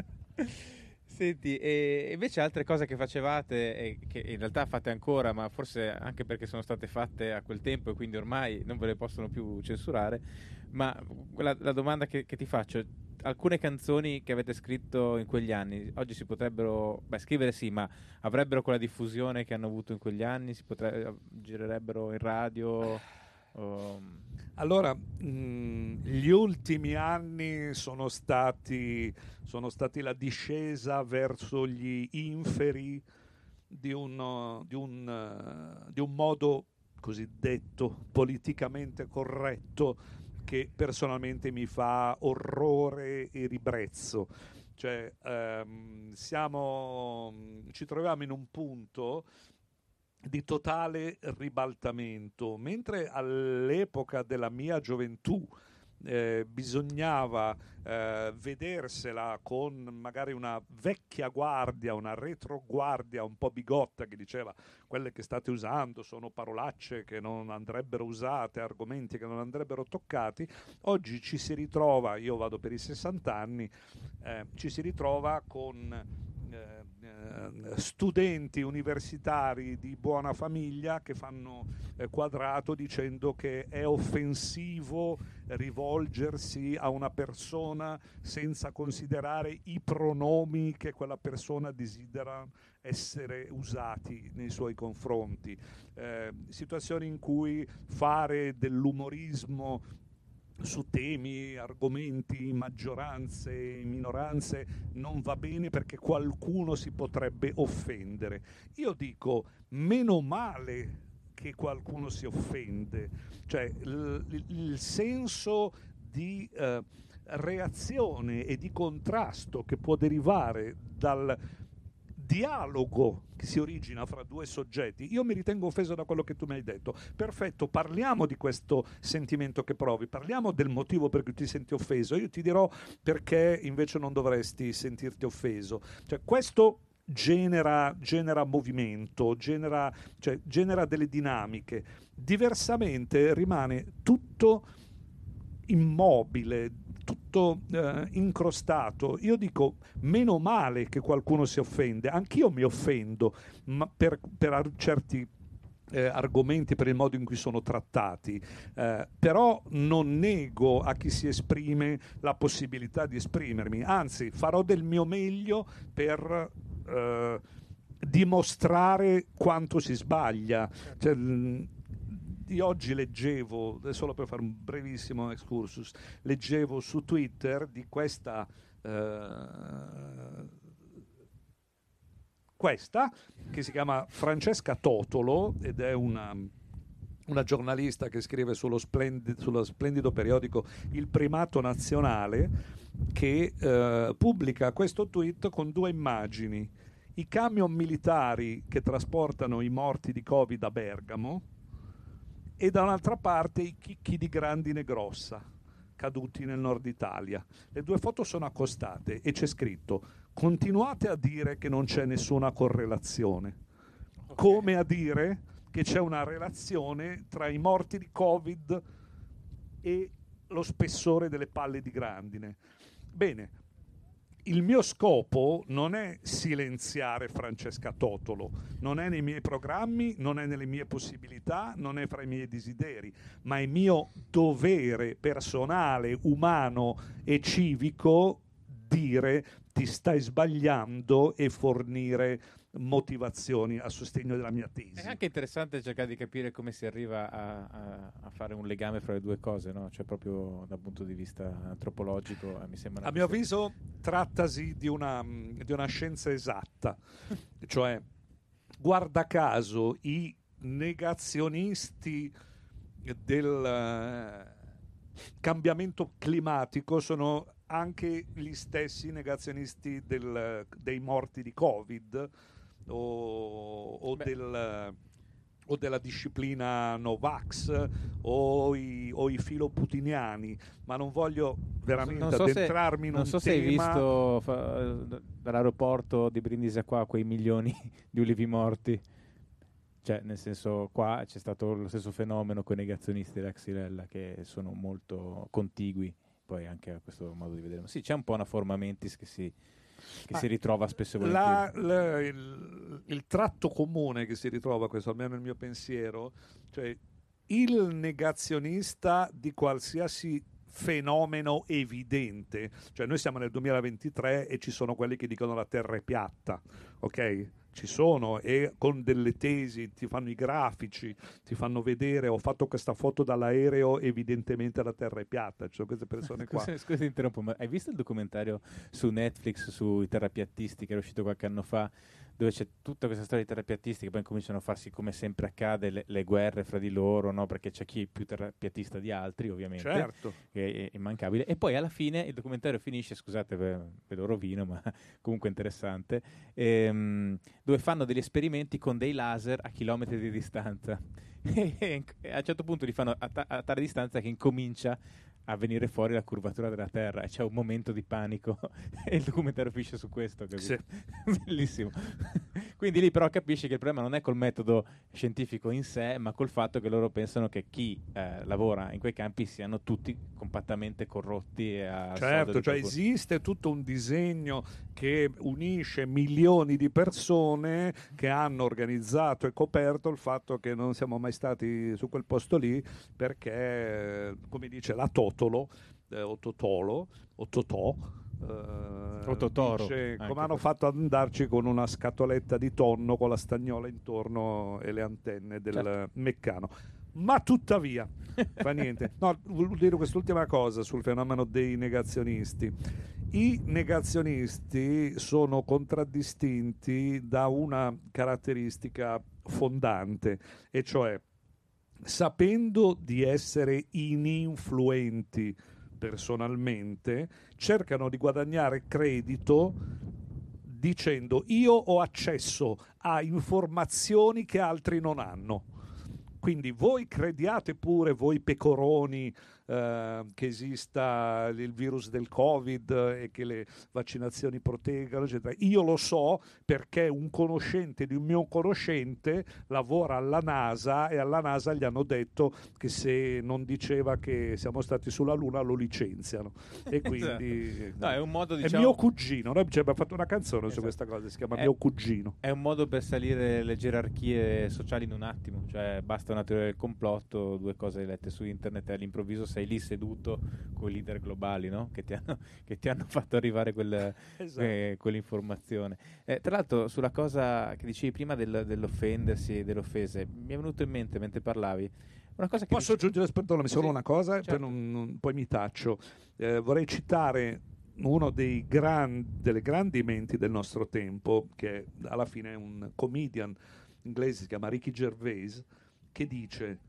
Senti, e invece altre cose che facevate e che in realtà fate ancora, ma forse anche perché sono state fatte a quel tempo e quindi ormai non ve le possono più censurare, ma la, la domanda che, che ti faccio, alcune canzoni che avete scritto in quegli anni oggi si potrebbero, beh, scrivere sì, ma avrebbero quella diffusione che hanno avuto in quegli anni, si potrebbe, girerebbero in radio? O... Allora, mh, gli ultimi anni sono stati, sono stati la discesa verso gli inferi di un, di un, uh, di un modo cosiddetto politicamente corretto che personalmente mi fa orrore e ribrezzo. Cioè, ehm, siamo, ci troviamo in un punto di totale ribaltamento, mentre all'epoca della mia gioventù eh, bisognava eh, vedersela con magari una vecchia guardia, una retroguardia un po' bigotta che diceva quelle che state usando sono parolacce che non andrebbero usate, argomenti che non andrebbero toccati. Oggi ci si ritrova, io vado per i sessanta anni, eh, ci si ritrova con studenti universitari di buona famiglia che fanno eh, quadrato dicendo che è offensivo rivolgersi a una persona senza considerare i pronomi che quella persona desidera essere usati nei suoi confronti, eh, situazioni in cui fare dell'umorismo su temi, argomenti, maggioranze, minoranze non va bene perché qualcuno si potrebbe offendere. Io dico, meno male che qualcuno si offende, cioè il, il senso di eh, reazione e di contrasto che può derivare dal dialogo che si origina fra due soggetti, io mi ritengo offeso da quello che tu mi hai detto. Perfetto, parliamo di questo sentimento che provi, parliamo del motivo per cui ti senti offeso, io ti dirò perché invece non dovresti sentirti offeso. Cioè, questo genera, genera movimento, genera, cioè, genera delle dinamiche. Diversamente rimane tutto immobile, tutto eh, incrostato. Io dico, meno male che qualcuno si offende, anch'io mi offendo, ma per, per ar- certi eh, argomenti, per il modo in cui sono trattati, eh, però non nego a chi si esprime la possibilità di esprimermi, anzi farò del mio meglio per eh, dimostrare quanto si sbaglia. Cioè, io oggi leggevo, solo per fare un brevissimo excursus, leggevo su Twitter di questa eh, questa che si chiama Francesca Totolo ed è una, una giornalista che scrive sullo splendido, sullo splendido periodico Il Primato Nazionale, che eh, pubblica questo tweet con due immagini: i camion militari che trasportano i morti di Covid a Bergamo e da un'altra parte i chicchi di Grandine Grossa caduti nel nord Italia. Le due foto sono accostate e c'è scritto: continuate a dire che non c'è nessuna correlazione, okay. Come a dire che c'è una relazione tra i morti di Covid e lo spessore delle palle di Grandine. Bene, il mio scopo non è silenziare Francesca Totolo, non è nei miei programmi, non è nelle mie possibilità, non è fra i miei desideri, ma è mio dovere personale, umano e civico dire ti stai sbagliando e fornire motivazioni a sostegno della mia tesi. È anche interessante cercare di capire come si arriva a, a, a fare un legame fra le due cose, no? Cioè proprio dal punto di vista antropologico, eh, mi sembra. A mio avviso trattasi di una, di una scienza esatta, cioè guarda caso i negazionisti del uh, cambiamento climatico sono anche gli stessi negazionisti del, dei morti di Covid o, o, del, o della disciplina Novax o i, o i filoputiniani, ma non voglio veramente non so addentrarmi se, in non un so tema. Se hai visto fa, dall'aeroporto di Brindisi a qua quei milioni di ulivi morti, cioè nel senso qua c'è stato lo stesso fenomeno con i negazionisti della Xylella che sono molto contigui poi anche a questo modo di vedere. Sì, c'è un po' una forma mentis che si che si ritrova spesso e volentieri. La, la, il, il tratto comune che si ritrova, questo almeno nel mio pensiero, cioè il negazionista di qualsiasi fenomeno evidente, cioè noi siamo nel duemilaventitré e ci sono quelli che dicono la terra è piatta, ok? Ci sono, e con delle tesi ti fanno i grafici, ti fanno vedere ho fatto questa foto dall'aereo, evidentemente la terra è piatta. Ci sono queste persone qua. Scusa, scusa, interrompo, ma hai visto il documentario su Netflix sui terrapiattisti che è uscito qualche anno fa, dove c'è tutta questa storia di terrapiattisti che poi cominciano a farsi, come sempre accade, le, le guerre fra di loro, no? Perché c'è chi è più terrapiattista di altri, ovviamente, certo, che è immancabile, e poi alla fine il documentario finisce, scusate ve, ve lo rovino, ma comunque interessante, ehm, dove fanno degli esperimenti con dei laser a chilometri di distanza e a un certo punto li fanno a, ta- a tale distanza che incomincia a venire fuori la curvatura della Terra e c'è un momento di panico e il documentario finisce su questo, capito? Sì. Bellissimo. Quindi lì però capisci che il problema non è col metodo scientifico in sé, ma col fatto che loro pensano che chi eh, lavora in quei campi siano tutti compattamente corrotti e a certo, cioè esiste tutto un disegno che unisce milioni di persone che hanno organizzato e coperto il fatto che non siamo mai stati su quel posto lì perché, come dice la Totolo, eh, o Totolo, o Totò, eh, Totoro, dice, come hanno fatto ad andarci con una scatoletta di tonno con la stagnola intorno e le antenne del certo. meccano. Ma tuttavia, fa niente. No, volevo dire quest'ultima cosa sul fenomeno dei negazionisti. I negazionisti sono contraddistinti da una caratteristica fondante, e cioè sapendo di essere ininfluenti personalmente, cercano di guadagnare credito dicendo io ho accesso a informazioni che altri non hanno. Quindi voi crediate pure, voi pecoroni, eh, che esista il virus del Covid e che le vaccinazioni proteggano, eccetera. Io lo so perché un conoscente di un mio conoscente lavora alla NASA e alla NASA gli hanno detto che se non diceva che siamo stati sulla Luna lo licenziano. E quindi esatto. No, è un modo, è diciamo... mio cugino, noi abbiamo fatto una canzone esatto. su questa cosa, si chiama è, Mio cugino. È un modo per salire le gerarchie sociali in un attimo, cioè basta una teoria del complotto, due cose lette su internet e all'improvviso sei lì seduto con i leader globali, no? che, ti hanno, che ti hanno fatto arrivare quel, esatto. eh, quell'informazione. Eh, tra l'altro sulla cosa che dicevi prima del, dell'offendersi e delle offese, mi è venuto in mente mentre parlavi una cosa che posso dice... aggiungere, perdonami, solo sì, una cosa, certo. poi, non, non, poi mi taccio. Eh, vorrei citare uno dei gran, delle grandi menti del nostro tempo, che alla fine è un comedian inglese, si chiama Ricky Gervais, che dice: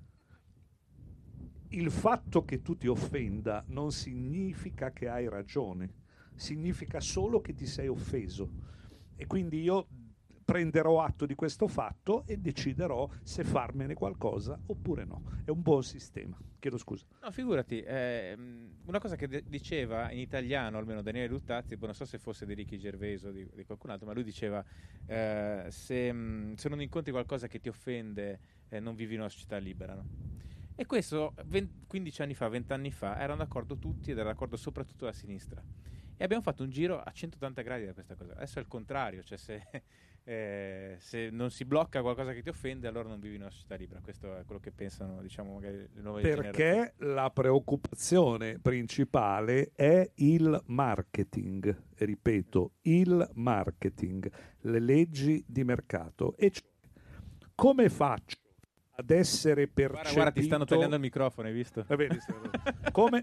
il fatto che tu ti offenda non significa che hai ragione, significa solo che ti sei offeso, e quindi io prenderò atto di questo fatto e deciderò se farmene qualcosa oppure no. È un buon sistema. Chiedo scusa. No, figurati, eh, una cosa che de- diceva in italiano, almeno Daniele Luttazzi, non so se fosse di Ricky Gervais o di, di qualcun altro, ma lui diceva eh, se, mh, se non incontri qualcosa che ti offende, eh, non vivi in una società libera, no? E questo venti, quindici anni fa, venti anni fa erano d'accordo tutti, ed era d'accordo soprattutto la sinistra. E abbiamo fatto un giro a centottanta gradi da questa cosa. Adesso è il contrario, cioè se, eh, se non si blocca qualcosa che ti offende, allora non vivi in una società libera. Questo è quello che pensano, diciamo, magari le nuove generazioni. Perché la preoccupazione principale è il marketing, ripeto, il marketing, le leggi di mercato. E cioè, come faccio ad essere percepito... Guarda, guarda, ti stanno tagliando il microfono, hai visto? Va bene, come...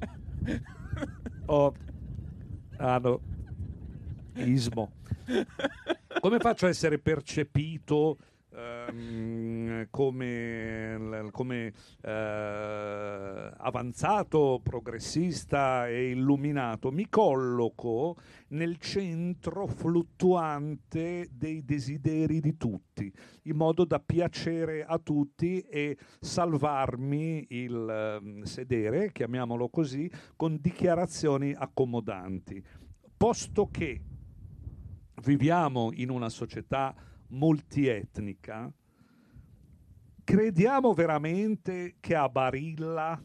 Oh, ah no, ismo. Come faccio a essere percepito um, come, come uh, avanzato, progressista e illuminato? Mi colloco nel centro fluttuante dei desideri di tutti, in modo da piacere a tutti e salvarmi il um, sedere, chiamiamolo così, con dichiarazioni accomodanti. Posto che viviamo in una società multietnica, crediamo veramente che a Barilla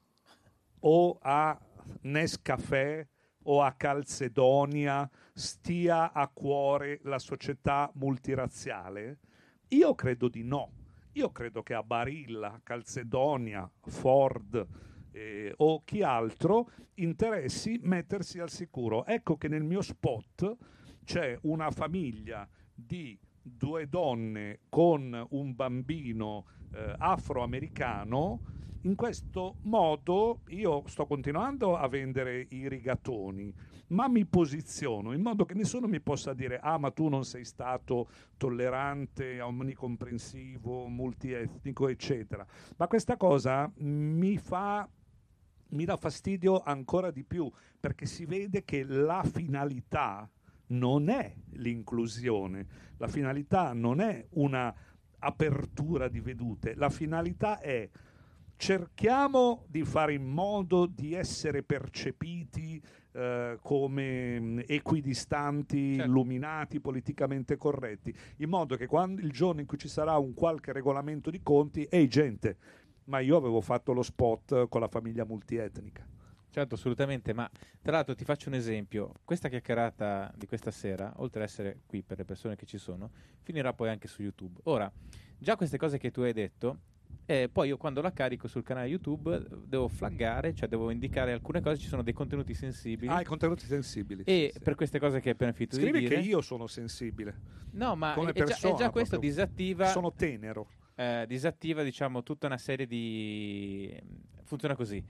o a Nescafè o a Calzedonia stia a cuore la società multirazziale? Io credo di no. Io credo che a Barilla, Calzedonia, Ford eh, o chi altro interessi mettersi al sicuro. Ecco che nel mio spot c'è una famiglia di due donne con un bambino eh, afroamericano. In questo modo io sto continuando a vendere i rigatoni, ma mi posiziono in modo che nessuno mi possa dire: ah, ma tu non sei stato tollerante, omnicomprensivo, multietnico, eccetera. Ma questa cosa mi fa mi dà fastidio ancora di più, perché si vede che la finalità non è l'inclusione, la finalità non è una apertura di vedute, la finalità è: cerchiamo di fare in modo di essere percepiti eh, come equidistanti, certo, illuminati, politicamente corretti, in modo che quando il giorno in cui ci sarà un qualche regolamento di conti, ehi gente, ma io avevo fatto lo spot con la famiglia multietnica. Certo, assolutamente, ma tra l'altro ti faccio un esempio. Questa chiacchierata di questa sera, oltre ad essere qui per le persone che ci sono, finirà poi anche su YouTube. Ora, già queste cose che tu hai detto, eh, poi io quando la carico sul canale YouTube devo flaggare, cioè devo indicare alcune cose, ci sono dei contenuti sensibili. Ah, i contenuti sensibili. E sì, per sì. queste cose che hai appena finito Scrivi di dire... che io sono sensibile. No, ma come è, è, persona, già, è già questo proprio. disattiva... Sono tenero. Eh, disattiva, diciamo, tutta una serie di... funziona così: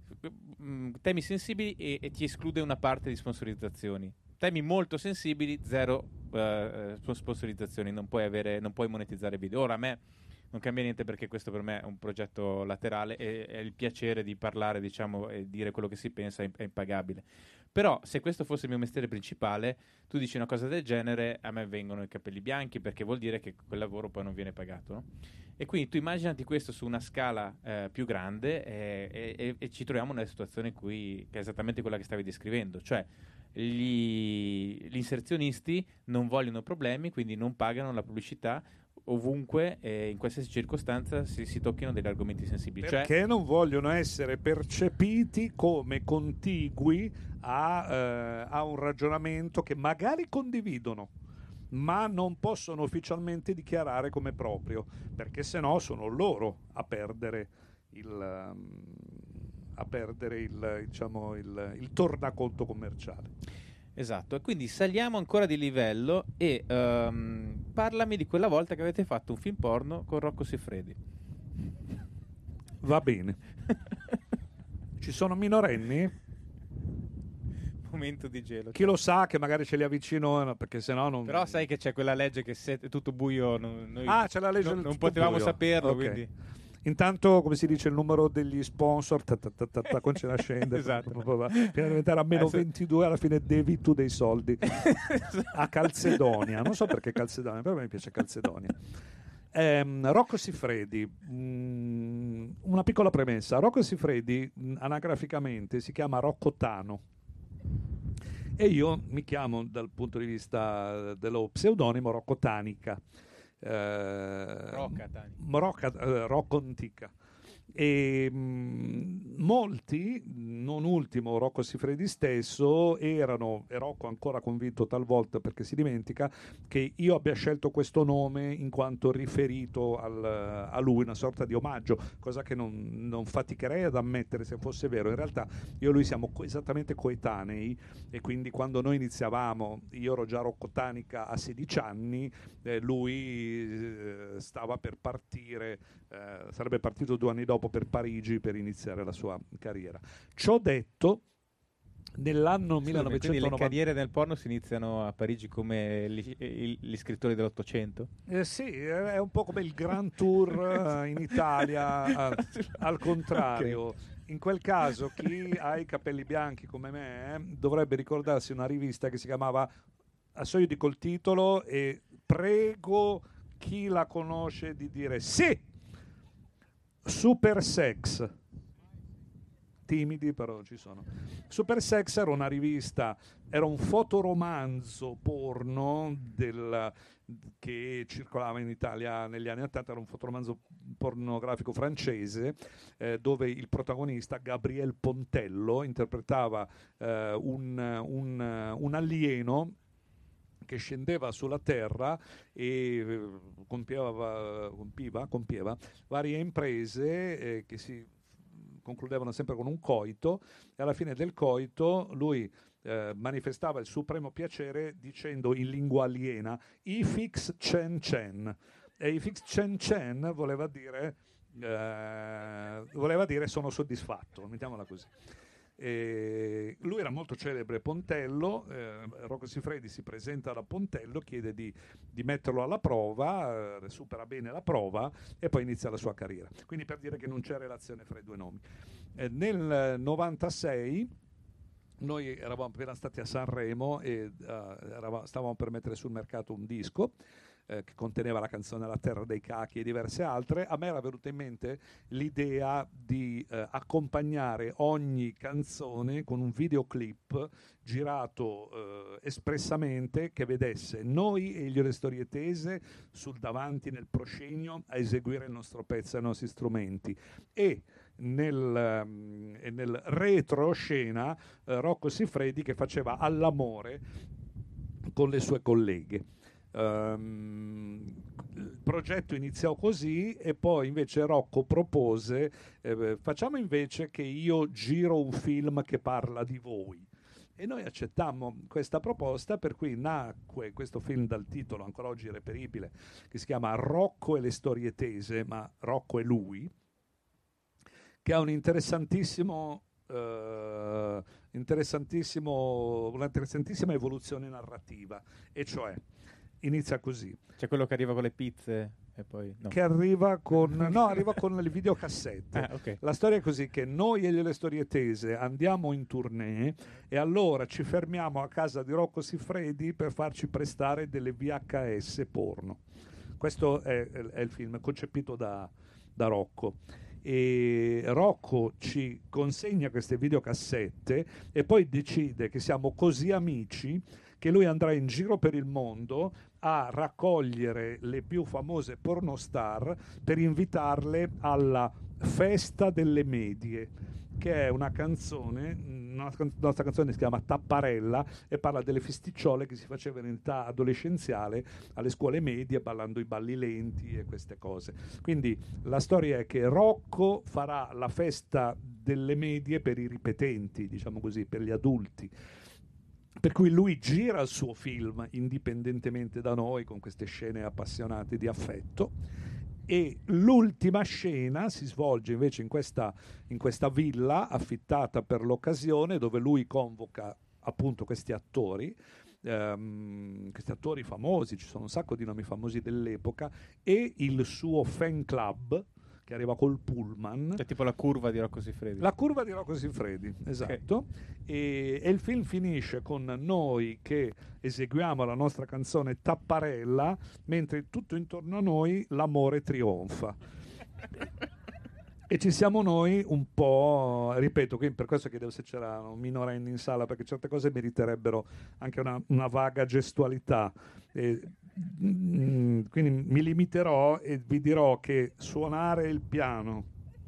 temi sensibili e, e ti esclude una parte di sponsorizzazioni. Temi molto sensibili, zero uh, sponsorizzazioni, non puoi avere, non puoi monetizzare video. Ora a me non cambia niente perché questo per me è un progetto laterale e, e il piacere di parlare, diciamo, e dire quello che si pensa è, è impagabile. Però se questo fosse il mio mestiere principale, tu dici una cosa del genere, a me vengono i capelli bianchi perché vuol dire che quel lavoro poi non viene pagato, no? E quindi tu immaginati questo su una scala eh, più grande eh, e, e ci troviamo nella situazione in cui, che è esattamente quella che stavi descrivendo, cioè gli, gli inserzionisti non vogliono problemi, quindi non pagano la pubblicità ovunque e in qualsiasi circostanza si, si tocchino degli argomenti sensibili. Perché cioè, non vogliono essere percepiti come contigui a, eh, a un ragionamento che magari condividono, ma non possono ufficialmente dichiarare come proprio, perché sennò sono loro a perdere il, um, a perdere il, diciamo, il, il tornaconto commerciale. Esatto, e quindi saliamo ancora di livello e um, parlami di quella volta che avete fatto un film porno con Rocco Siffredi. Va bene. Ci sono minorenni? Momento di gelo. Chi lo sa che magari ce li avvicino, perché sennò non... Però sai che c'è quella legge che se è tutto buio non, noi ah, c'è la legge non, del non tutto potevamo buio. saperlo, Okay. quindi... Intanto, come si dice, il numero degli sponsor ta ta ta ta ta, continua a scendere Esatto. fino a diventare a meno Adesso... ventidue, alla fine devi tu dei soldi a Calzedonia. Non so perché Calzedonia, però mi piace Calzedonia. ehm, Rocco Siffredi, mh, una piccola premessa. Rocco Siffredi mh, anagraficamente si chiama Rocco Tano e io mi chiamo dal punto di vista dello pseudonimo Rocco Tanica. Eh, Rocca, Tani. Rocca, eh, Rocco Antica. E mh, molti, non ultimo Rocco Siffredi stesso, erano, e Rocco ancora convinto talvolta perché si dimentica, che io abbia scelto questo nome in quanto riferito al, a lui, una sorta di omaggio, cosa che non, non faticherei ad ammettere se fosse vero. In realtà io e lui siamo co- esattamente coetanei e quindi quando noi iniziavamo, io ero già Rocco Tanica a sedici anni, eh, lui eh, stava per partire, eh, sarebbe partito due anni dopo per Parigi per iniziare la sua carriera. Ciò detto, nell'anno Scusami, millenovecentonovanta... quindi le carriere nel porno si iniziano a Parigi come gli, gli scrittori dell'Ottocento? Eh sì, è un po' come il Grand Tour in Italia, al, al contrario. Okay. In quel caso chi ha i capelli bianchi come me dovrebbe ricordarsi una rivista che si chiamava, adesso io dico il titolo e prego chi la conosce di dire sì, Super Sex. Timidi però ci sono. Super Sex era una rivista, era un fotoromanzo porno del, che circolava in Italia negli anni ottanta, era un fotoromanzo pornografico francese eh, dove il protagonista Gabriel Pontello interpretava eh, un, un, un alieno che scendeva sulla terra e compieva, compiva, compieva varie imprese eh, che si concludevano sempre con un coito e alla fine del coito lui eh, manifestava il supremo piacere dicendo in lingua aliena Ifix Chen Chen e Ifix Chen Chen voleva dire eh, voleva dire sono soddisfatto, mettiamola così. E lui era molto celebre, Pontello. eh, Rocco Siffredi si presenta da Pontello, chiede di, di metterlo alla prova, eh, supera bene la prova e poi inizia la sua carriera. Quindi per dire che non c'è relazione fra i due nomi. Eh, nel novantasei noi eravamo appena stati a Sanremo e uh, eravamo, stavamo per mettere sul mercato un disco eh, che conteneva la canzone La terra dei cachi e diverse altre. A me era venuta in mente l'idea di eh, accompagnare ogni canzone con un videoclip girato eh, espressamente che vedesse noi e gli Storietese sul davanti nel proscenio a eseguire il nostro pezzo e i nostri strumenti e nel, um, nel retroscena uh, Rocco Siffredi che faceva all'amore con le sue colleghe. Um, il progetto iniziò così e poi invece Rocco propose eh, facciamo invece che io giro un film che parla di voi. E noi accettammo questa proposta, per cui nacque questo film dal titolo ancora oggi reperibile che si chiama Rocco e le Storietese, ma Rocco è lui, che ha un interessantissimo, uh, interessantissimo, una interessantissima evoluzione narrativa, e cioè inizia così. C'è quello che arriva con le pizze e poi no. Che arriva con no, arriva con le videocassette. Ah, okay. La storia è così, che noi e le storie tese andiamo in tournée e allora ci fermiamo a casa di Rocco Siffredi per farci prestare delle V H S porno. Questo è, è il film concepito da, da Rocco. E Rocco ci consegna queste videocassette e poi decide che siamo così amici che lui andrà in giro per il mondo a raccogliere le più famose pornostar per invitarle alla festa delle medie, che è una canzone, una nostra canzone si chiama Tapparella e parla delle festicciole che si facevano in età adolescenziale alle scuole medie ballando i balli lenti e queste cose. Quindi la storia è che Rocco farà la festa delle medie per i ripetenti, diciamo così, per gli adulti. Per cui lui gira il suo film indipendentemente da noi con queste scene appassionate di affetto e l'ultima scena si svolge invece in questa, in questa villa affittata per l'occasione dove lui convoca appunto questi attori, ehm, questi attori famosi, ci sono un sacco di nomi famosi dell'epoca e il suo fan club che arriva col pullman. È tipo la curva di Rocco Siffredi. La curva di Rocco Siffredi, esatto. Okay. E, e il film finisce con noi che eseguiamo la nostra canzone Tapparella, mentre tutto intorno a noi l'amore trionfa. E ci siamo noi un po', ripeto, quindi per questo chiedevo se c'era un minorenni in sala, perché certe cose meriterebbero anche una, una vaga gestualità. E, mm, quindi mi limiterò e vi dirò che suonare il piano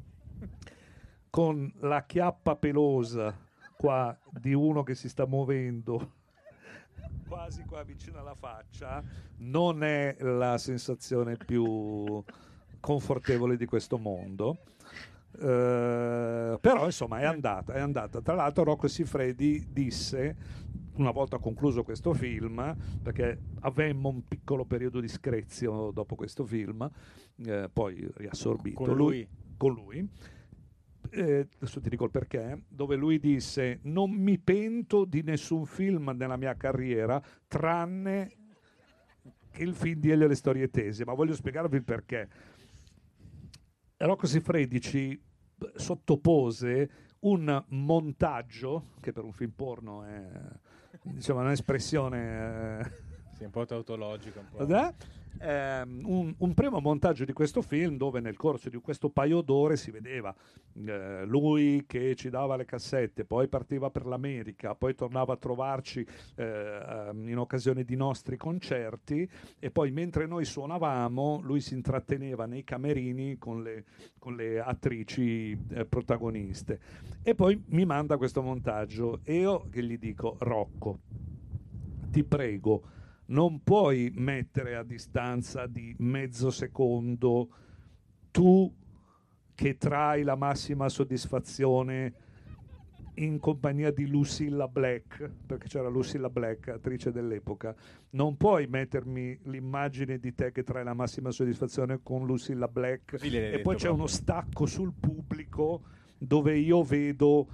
con la chiappa pelosa qua di uno che si sta muovendo quasi qua vicino alla faccia non è la sensazione più confortevole di questo mondo. Uh, però insomma è andata, è andata. Tra l'altro Rocco Siffredi disse, una volta concluso questo film, perché avemmo un piccolo periodo di screzio dopo questo film, eh, poi riassorbito con lui, con lui eh, adesso ti dico il perché, dove lui disse: non mi pento di nessun film nella mia carriera tranne che il film di Elio e le storie tese, ma voglio spiegarvi il perché. Rocco Siffredi ci sottopose un montaggio che per un film porno è, diciamo, un'espressione eh, sì, un po' tautologica, un po'. Eh? Eh, un, un primo montaggio di questo film dove nel corso di questo paio d'ore si vedeva eh, lui che ci dava le cassette, poi partiva per l'America, poi tornava a trovarci eh, in occasione di nostri concerti e poi mentre noi suonavamo lui si intratteneva nei camerini con le, con le attrici eh, protagoniste e poi mi manda questo montaggio e io che gli dico: Rocco, ti prego, non puoi mettere a distanza di mezzo secondo tu che trai la massima soddisfazione in compagnia di Lucilla Black, perché c'era Lucilla Black, attrice dell'epoca, non puoi mettermi l'immagine di te che trai la massima soddisfazione con Lucilla Black sì, e detto, poi c'è proprio. uno stacco sul pubblico dove io vedo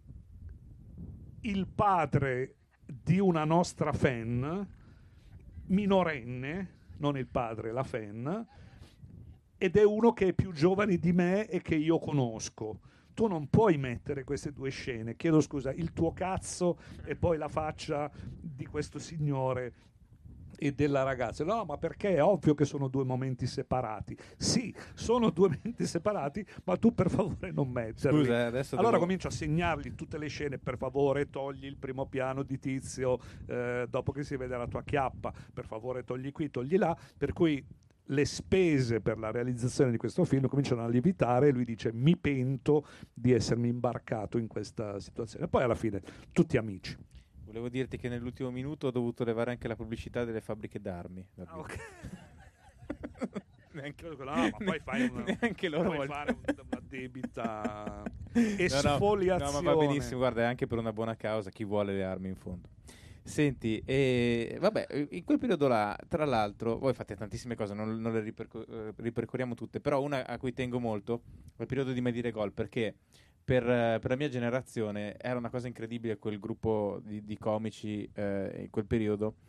il padre di una nostra fan minorenne, non il padre, la fan, ed è uno che è più giovane di me e che io conosco. Tu non puoi mettere queste due scene, chiedo scusa, il tuo cazzo e poi la faccia di questo signore e della ragazza. No, ma perché è ovvio che sono due momenti separati. Sì, sono due momenti separati, ma tu per favore non metterli. Scusa, adesso allora devo... comincio a segnargli tutte le scene, per favore togli il primo piano di Tizio eh, dopo che si vede la tua chiappa, per favore togli qui, togli là, per cui le spese per la realizzazione di questo film cominciano a lievitare e lui dice: mi pento di essermi imbarcato in questa situazione. E poi alla fine tutti amici. Volevo dirti che nell'ultimo minuto ho dovuto levare anche la pubblicità delle fabbriche d'armi. Ah, okay. neanche, no, ma poi fai una, neanche loro puoi voglio... fare una debita esfoliazione. esfoliazione. No, no, ma va benissimo, guarda, è anche per una buona causa, chi vuole le armi in fondo. Senti, e, vabbè, in quel periodo là, tra l'altro, voi fate tantissime cose, non, non le ripercor- eh, ripercorriamo tutte, però una a cui tengo molto è il periodo di Medire Gol, perché per, per la mia generazione era una cosa incredibile quel gruppo di, di comici eh, in quel periodo,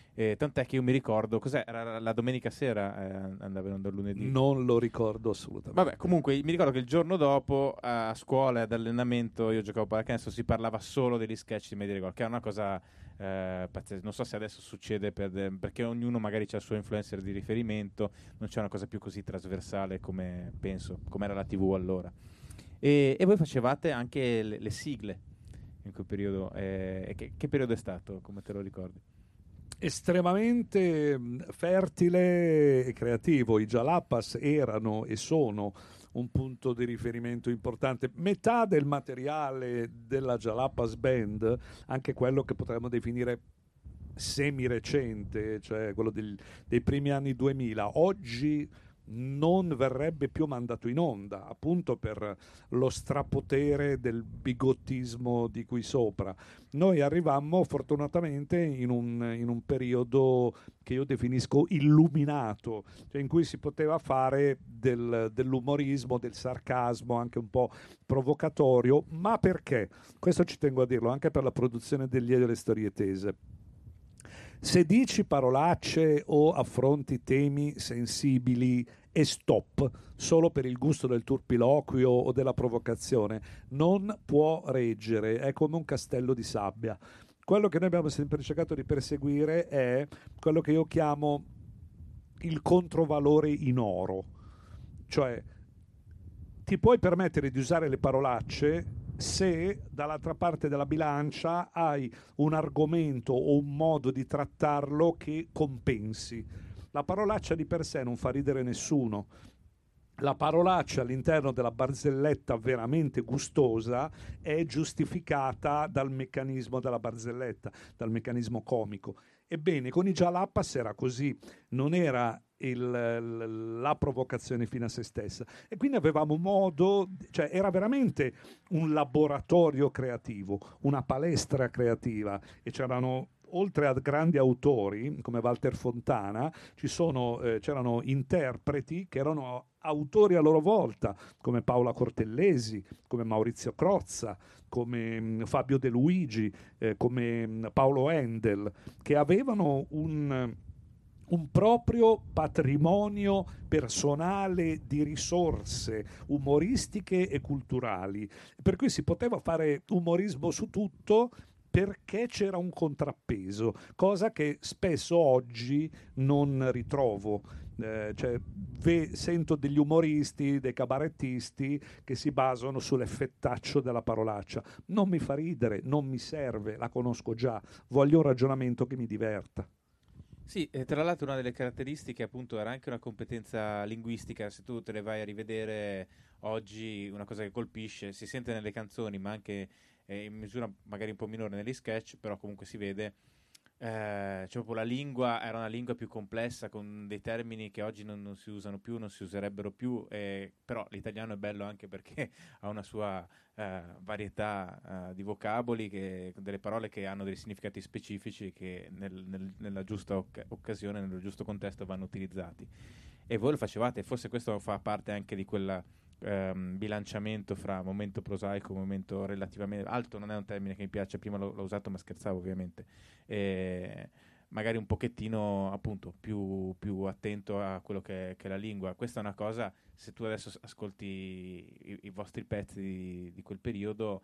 Eh, tant'è che io mi ricordo, cos'è? Era la domenica sera, eh, andava in onda il lunedì. Non lo ricordo assolutamente. Vabbè, comunque mi ricordo che il giorno dopo a scuola ad allenamento io giocavo a pallacanestro, si parlava solo degli sketch di Media Record, che è una cosa eh, pazzesca. Non so se adesso succede per de- perché ognuno magari ha il suo influencer di riferimento, non c'è una cosa più così trasversale come penso, come era la tivù allora. E, e voi facevate anche le, le sigle in quel periodo. Eh, che, che periodo è stato, come te lo ricordi? Estremamente fertile e creativo. I Jalapas erano e sono un punto di riferimento importante. Metà del materiale della Jalapas Band, anche quello che potremmo definire semi-recente, cioè quello del, dei primi anni duemila, oggi non verrebbe più mandato in onda, appunto per lo strapotere del bigottismo di qui sopra. Noi arrivammo fortunatamente in un, in un periodo che io definisco illuminato, cioè in cui si poteva fare del, dell'umorismo, del sarcasmo anche un po' provocatorio, ma perché? Questo ci tengo a dirlo anche per la produzione degli e delle storie tese. Se dici parolacce o affronti temi sensibili e stop solo per il gusto del turpiloquio o della provocazione, non può reggere, è come un castello di sabbia. Quello che noi abbiamo sempre cercato di perseguire è quello che io chiamo il controvalore in oro, cioè ti puoi permettere di usare le parolacce se dall'altra parte della bilancia hai un argomento o un modo di trattarlo che compensi. La parolaccia di per sé non fa ridere nessuno. La parolaccia all'interno della barzelletta veramente gustosa è giustificata dal meccanismo della barzelletta, dal meccanismo comico. Ebbene, con i Jalapas era così, non era il, la provocazione fino a se stessa. E quindi avevamo modo, cioè era veramente un laboratorio creativo, una palestra creativa, e c'erano, oltre a grandi autori come Walter Fontana, ci sono, eh, c'erano interpreti che erano autori a loro volta, come Paola Cortellesi, come Maurizio Crozza, come mh, Fabio De Luigi, eh, come mh, Paolo Endel, che avevano un, un proprio patrimonio personale di risorse umoristiche e culturali, per cui si poteva fare umorismo su tutto, perché c'era un contrappeso, cosa che spesso oggi non ritrovo. Eh, cioè, ve, sento degli umoristi, dei cabarettisti che si basano sull'effettaccio della parolaccia. Non mi fa ridere, non mi serve, la conosco già, voglio un ragionamento che mi diverta. Sì, e tra l'altro una delle caratteristiche appunto era anche una competenza linguistica. Se tu te le vai a rivedere oggi, una cosa che colpisce, si sente nelle canzoni ma anche eh, in misura magari un po' minore negli sketch, però comunque si vede, eh, cioè proprio la lingua era una lingua più complessa, con dei termini che oggi non, non si usano più, non si userebbero più, eh, però l'italiano è bello anche perché ha una sua eh, varietà eh, di vocaboli, che, delle parole che hanno dei significati specifici che nel, nel, nella giusta oc- occasione, nel giusto contesto vanno utilizzati. E voi lo facevate, forse questo fa parte anche di quella ehm, bilanciamento fra momento prosaico e momento relativamente alto. Non è un termine che mi piace, prima l'ho, l'ho usato ma scherzavo ovviamente, e magari un pochettino appunto più, più attento a quello che è, che è la lingua. Questa è una cosa, se tu adesso ascolti i, i vostri pezzi di, di quel periodo,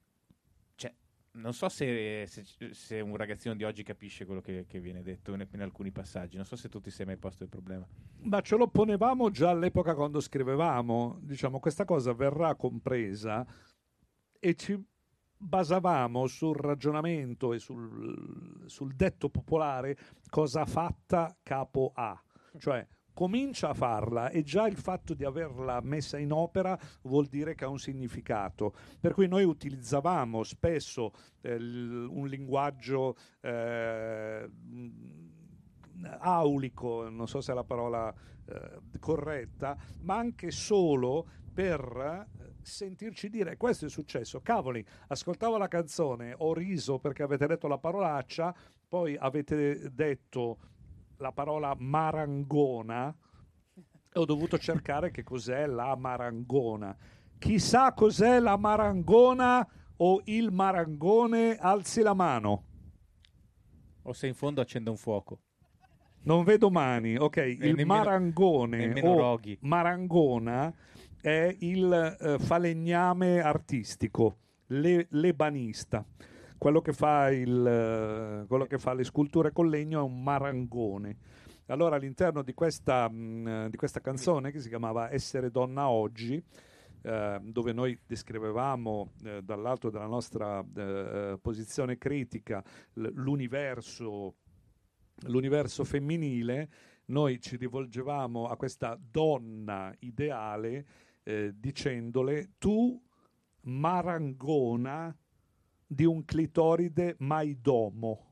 cioè non so se, se, se un ragazzino di oggi capisce quello che, che viene detto in, in alcuni passaggi. Non so se tu ti sei mai posto il problema. Ma ce lo ponevamo già all'epoca quando scrivevamo, diciamo, questa cosa verrà compresa e ci basavamo sul ragionamento e sul, sul detto popolare cosa fatta capo A, cioè comincia a farla e già il fatto di averla messa in opera vuol dire che ha un significato, per cui noi utilizzavamo spesso eh, l- un linguaggio eh, aulico, non so se è la parola eh, corretta, ma anche solo per sentirci dire questo è successo, cavoli, ascoltavo la canzone, ho riso perché avete detto la parolaccia, poi avete detto la parola marangona e ho dovuto cercare che cos'è la marangona. Chissà cos'è la marangona o il marangone, alzi la mano. O se in fondo accende un fuoco. Non vedo mani, ok. Il nemmeno, marangone nemmeno o roghi. marangona è il eh, falegname artistico, le, l'ebanista. Quello che fa il, eh, quello che fa le sculture con legno è un marangone. Allora all'interno di questa, mh, di questa canzone, che si chiamava Essere donna oggi, eh, dove noi descrivevamo eh, dall'alto della nostra eh, posizione critica l- l'universo l'universo femminile, noi ci rivolgevamo a questa donna ideale eh, dicendole: tu marangona di un clitoride maidomo.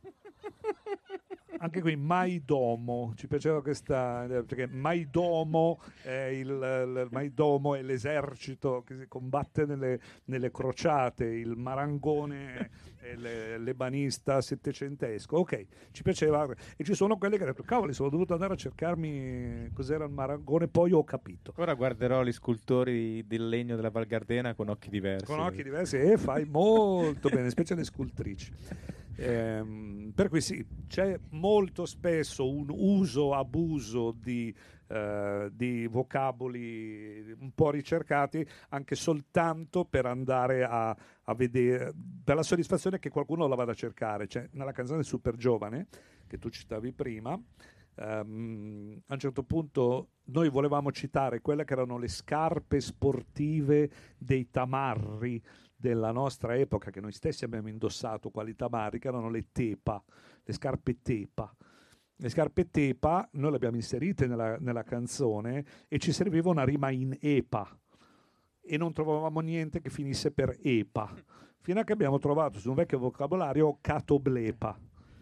Anche qui maidomo, ci piaceva questa, perché maidomo è, il, il maidomo è l'esercito che si combatte nelle, nelle crociate, il marangone è le, l'ebanista settecentesco. Ok, ci piaceva. E ci sono quelli che hanno detto: cavoli, sono dovuto andare a cercarmi cos'era il marangone, poi ho capito. Ora guarderò gli scultori del legno della Val Gardena con occhi diversi. Con occhi diversi, e fai molto bene, specie le scultrici. Ehm, per cui sì, c'è molto spesso un uso abuso di, eh, di vocaboli un po' ricercati, anche soltanto per andare a, a vedere, per la soddisfazione che qualcuno la vada a cercare. Cioè, nella canzone Super Giovane che tu citavi prima, Um, a un certo punto noi volevamo citare quelle che erano le scarpe sportive dei tamarri della nostra epoca, che noi stessi abbiamo indossato, quali tamarri, che erano le tepa, le scarpe tepa. Le scarpe tepa noi le abbiamo inserite nella, nella canzone e ci serviva una rima in epa e non trovavamo niente che finisse per epa, fino a che abbiamo trovato su un vecchio vocabolario catoblepa.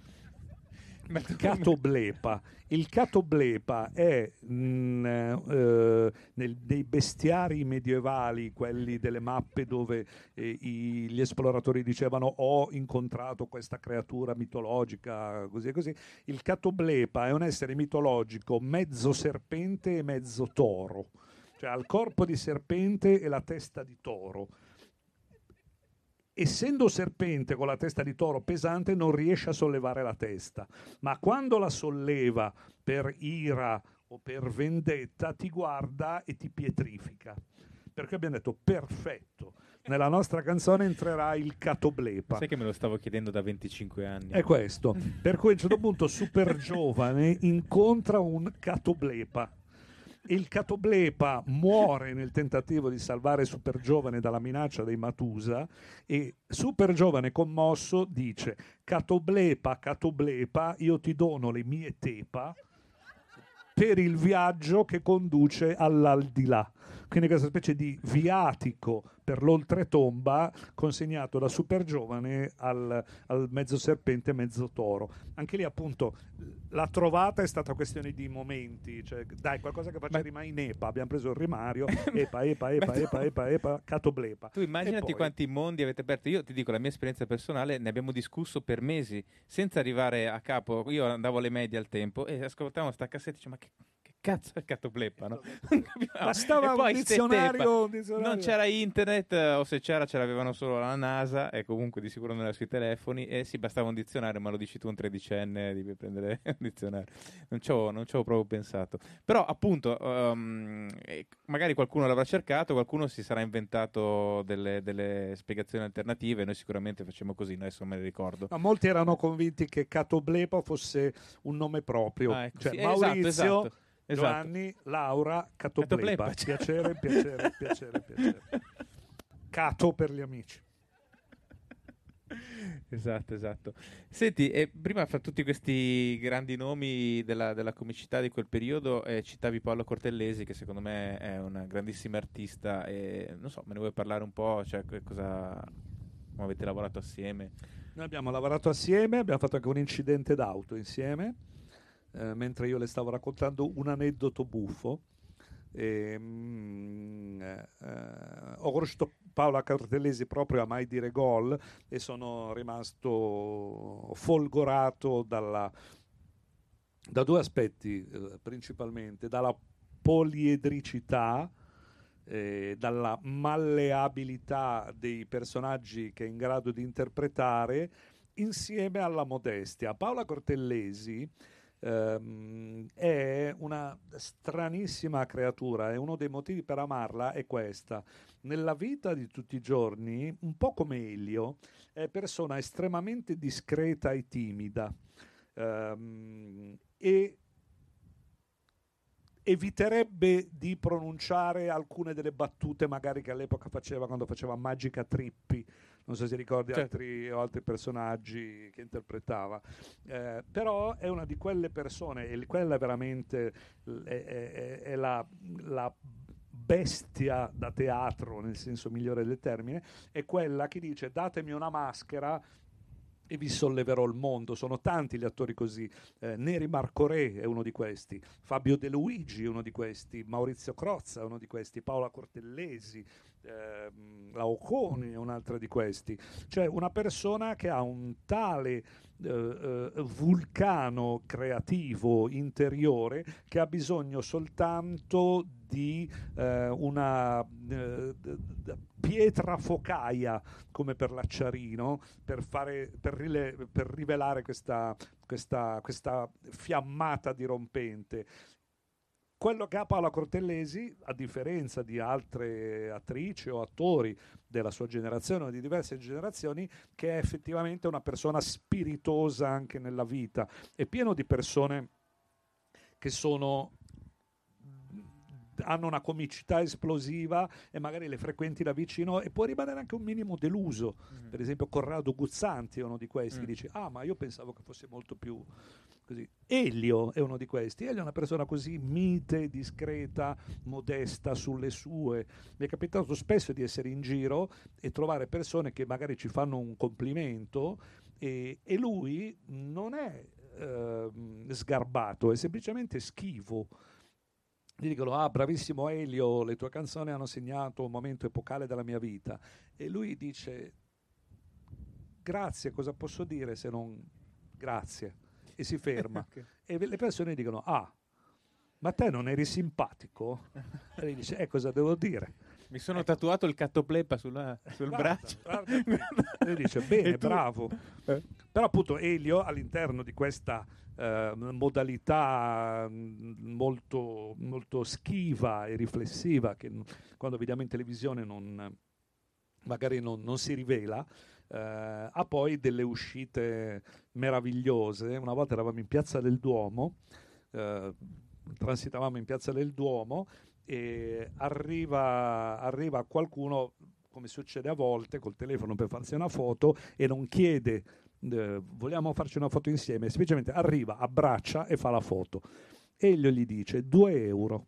Catoblepa. Il catoblepa è mh, eh, nel, nei bestiari medievali, quelli delle mappe dove eh, i, gli esploratori dicevano ho incontrato questa creatura mitologica, così e così. Il catoblepa è un essere mitologico mezzo serpente e mezzo toro, cioè ha il corpo di serpente e la testa di toro. Essendo serpente con la testa di toro pesante, non riesce a sollevare la testa, ma quando la solleva per ira o per vendetta ti guarda e ti pietrifica. Perché abbiamo detto perfetto, nella nostra canzone entrerà il catoblepa. Sai che me lo stavo chiedendo da venticinque anni. È questo, per cui a un certo punto Super Giovane incontra un catoblepa. Il catoblepa muore nel tentativo di salvare Super Giovane dalla minaccia dei Matusa e Super Giovane, commosso, dice: catoblepa, catoblepa, io ti dono le mie tepa per il viaggio che conduce all'aldilà. Quindi questa specie di viatico per l'oltretomba consegnato da Super Giovane al, al mezzo serpente mezzo toro. Anche lì appunto la trovata è stata questione di momenti, cioè dai, qualcosa che faccia rimare in epa, abbiamo preso il rimario, epa, epa, epa, tu, epa, epa, epa, catoblepa. Tu immaginati poi... quanti mondi avete aperto. Io ti dico la mia esperienza personale, ne abbiamo discusso per mesi senza arrivare a capo. Io andavo alle medie al tempo e ascoltavo sta cassetta e dicevo: ma che cazzo è il catoblepa, no? Bastava e poi un dizionario, un dizionario. Non c'era internet, o se c'era ce l'avevano solo la NASA e comunque di sicuro non era sui telefoni, e sì, bastava un dizionario, ma lo dici tu un tredicenne, devi prendere un dizionario. Non ci avevo, non ci avevo proprio pensato. Però appunto um, magari qualcuno l'avrà cercato, qualcuno si sarà inventato delle, delle spiegazioni alternative, noi sicuramente facciamo così, adesso me ne ricordo. Ma molti erano convinti che catoblepa fosse un nome proprio, ah, ecco, cioè sì, Maurizio, esatto, esatto. Giovanni, esatto. Laura, catoblepa. catoblepa. Piacere, piacere, piacere, piacere. Cato per gli amici. Esatto, esatto. Senti, eh, prima fra tutti questi grandi nomi della, della comicità di quel periodo eh, citavi Paolo Cortellesi, che secondo me è una grandissima artista, e non so, me ne vuoi parlare un po'? Cioè, cosa, come avete lavorato assieme? Noi abbiamo lavorato assieme, abbiamo fatto anche un incidente d'auto insieme. Eh, mentre io le stavo raccontando un aneddoto buffo. E, mm, eh, ho conosciuto Paola Cortellesi proprio a Mai Dire Gol e sono rimasto folgorato dalla, da due aspetti eh, principalmente, dalla poliedricità, eh, dalla malleabilità dei personaggi che è in grado di interpretare insieme alla modestia. Paola Cortellesi ehm, è una stranissima creatura e uno dei motivi per amarla è questa. Nella vita di tutti i giorni, un po' come Elio, è persona estremamente discreta e timida ehm, e eviterebbe di pronunciare alcune delle battute magari che all'epoca faceva quando faceva Magica Trippi, non so se ricordi certo. altri, o altri personaggi che interpretava, eh, però è una di quelle persone, e quella è veramente è, è, è la, la bestia da teatro nel senso migliore del termine, è quella che dice datemi una maschera e vi solleverò il mondo. Sono tanti gli attori così. eh, Neri Marcoré è uno di questi, Fabio De Luigi è uno di questi, Maurizio Crozza è uno di questi, Paola Cortellesi, ehm, la Occoni è un'altra di questi. Cioè una persona che ha un tale eh, eh, vulcano creativo interiore che ha bisogno soltanto di eh, una eh, d- d- pietra focaia come per l'acciarino per, fare, per, rile, per rivelare questa, questa, questa fiammata dirompente. Quello che ha Paola Cortellesi, a differenza di altre attrici o attori della sua generazione o di diverse generazioni, che è effettivamente una persona spiritosa anche nella vita, è pieno di persone che sono hanno una comicità esplosiva e magari le frequenti da vicino e può rimanere anche un minimo deluso. Mm. Per esempio Corrado Guzzanti è uno di questi, mm. che dice ah ma io pensavo che fosse molto più così. Elio è uno di questi. Elio è una persona così mite, discreta, modesta sulle sue. Mi è capitato spesso di essere in giro e trovare persone che magari ci fanno un complimento e, e lui non è eh, sgarbato, è semplicemente schivo. Gli dicono ah bravissimo Elio, le tue canzoni hanno segnato un momento epocale della mia vita, e lui dice grazie, cosa posso dire se non grazie, e si ferma. Okay. E le persone dicono ah ma te non eri simpatico? E lui dice eh cosa devo dire, mi sono ecco. tatuato il cattopleppa sulla, sul guarda, braccio. Guarda, e lui dice bene, bravo. Eh. Però appunto Elio all'interno di questa Uh, modalità molto, molto schiva e riflessiva che n- quando vediamo in televisione non, magari non, non si rivela, uh, ha poi delle uscite meravigliose. Una volta eravamo in Piazza del Duomo, uh, transitavamo in Piazza del Duomo e arriva, arriva qualcuno, come succede a volte, col telefono per farsi una foto e non chiede Uh, vogliamo farci una foto insieme, semplicemente arriva, abbraccia e fa la foto. Elio gli dice due euro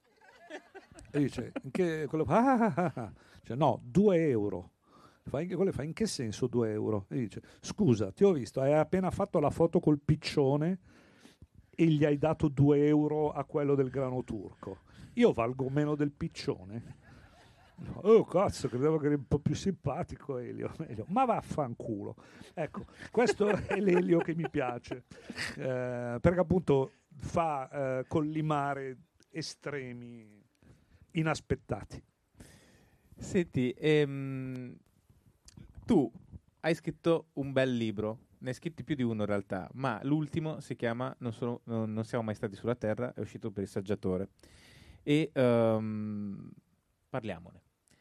e dice in che, quello, ah, ah, ah. Cioè, no, due euro. Fa in, quello fa in che senso due euro? E dice scusa, ti ho visto, hai appena fatto la foto col piccione e gli hai dato due euro a quello del grano turco, io valgo meno del piccione? No. Oh cazzo, credevo che eri un po' più simpatico Elio. Elio. Ma vaffanculo. Ecco, questo è l'Elio che mi piace, eh, perché appunto fa eh, collimare estremi inaspettati. Senti, ehm, tu hai scritto un bel libro, ne hai scritti più di uno in realtà, ma l'ultimo si chiama Non, sono, non, non siamo mai stati sulla Terra, è uscito per il Saggiatore e um, parliamone.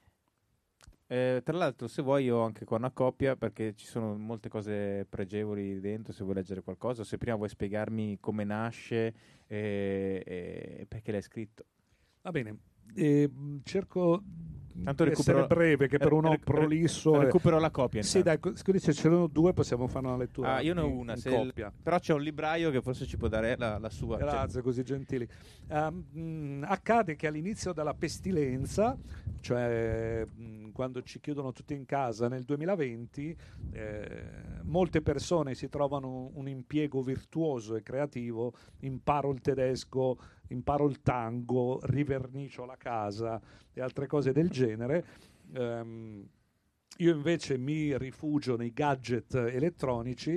Eh, tra l'altro, se vuoi, io ho anche qua una copia perché ci sono molte cose pregevoli dentro. Se vuoi leggere qualcosa, se prima vuoi spiegarmi come nasce e, e perché l'hai scritto. Va bene, eh, cerco Tanto di recupero, essere breve, che per uno rec- prolisso. Recupero la copia. Sì, dai, se ce ne sono due, possiamo fare una lettura. Ah, io ne ho in, una, in se coppia. Il, però c'è un libraio che forse ci può dare la, la sua. Grazie, cioè. così gentili. Um, mh, accade che all'inizio della pestilenza, cioè mh, quando ci chiudono tutti in casa nel duemilaventi, eh, molte persone si trovano un impiego virtuoso e creativo, imparo il tedesco, imparo il tango, rivernicio la casa e altre cose del genere. Um, io invece mi rifugio nei gadget elettronici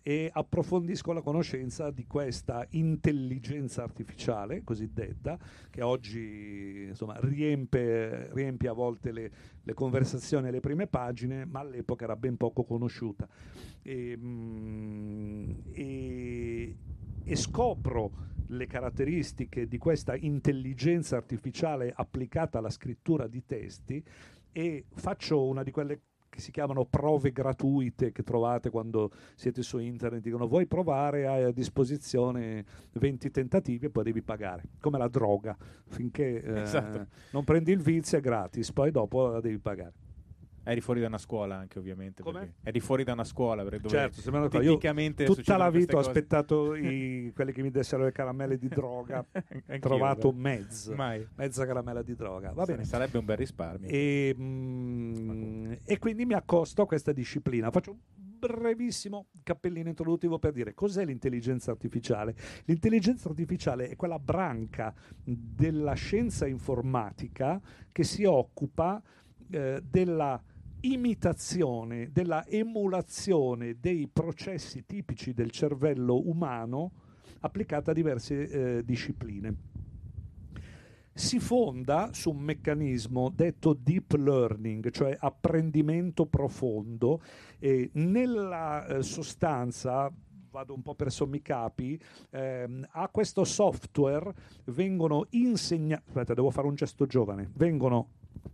e approfondisco la conoscenza di questa intelligenza artificiale cosiddetta, che oggi insomma riempie, riempie a volte le, le conversazioni e le prime pagine, ma all'epoca era ben poco conosciuta. E, mm, e, e scopro le caratteristiche di questa intelligenza artificiale applicata alla scrittura di testi e faccio una di quelle che si chiamano prove gratuite che trovate quando siete su internet, dicono vuoi provare, hai a disposizione venti tentativi e poi devi pagare, come la droga, finché eh, Esatto. non prendi il vizio è gratis, poi dopo la devi pagare. Eri fuori da una scuola anche, ovviamente. Come? Eri fuori da una scuola, perché dove Certo, io tipicamente tutta la succedono vita ho queste cose. aspettato i, quelli che mi dessero le caramelle di droga, Anch'io, trovato beh. mezzo, Mai. mezza caramella di droga, va bene. Sarebbe un bel risparmio. E, mm, e quindi mi accosto a questa disciplina. Faccio un brevissimo cappellino introduttivo per dire cos'è l'intelligenza artificiale. L'intelligenza artificiale è quella branca della scienza informatica che si occupa eh, della imitazione, della emulazione dei processi tipici del cervello umano applicata a diverse eh, discipline. Si fonda su un meccanismo detto deep learning, cioè apprendimento profondo, e nella eh, sostanza, vado un po' per sommi capi, ehm, a questo software vengono insegnati, aspetta, devo fare un gesto giovane, vengono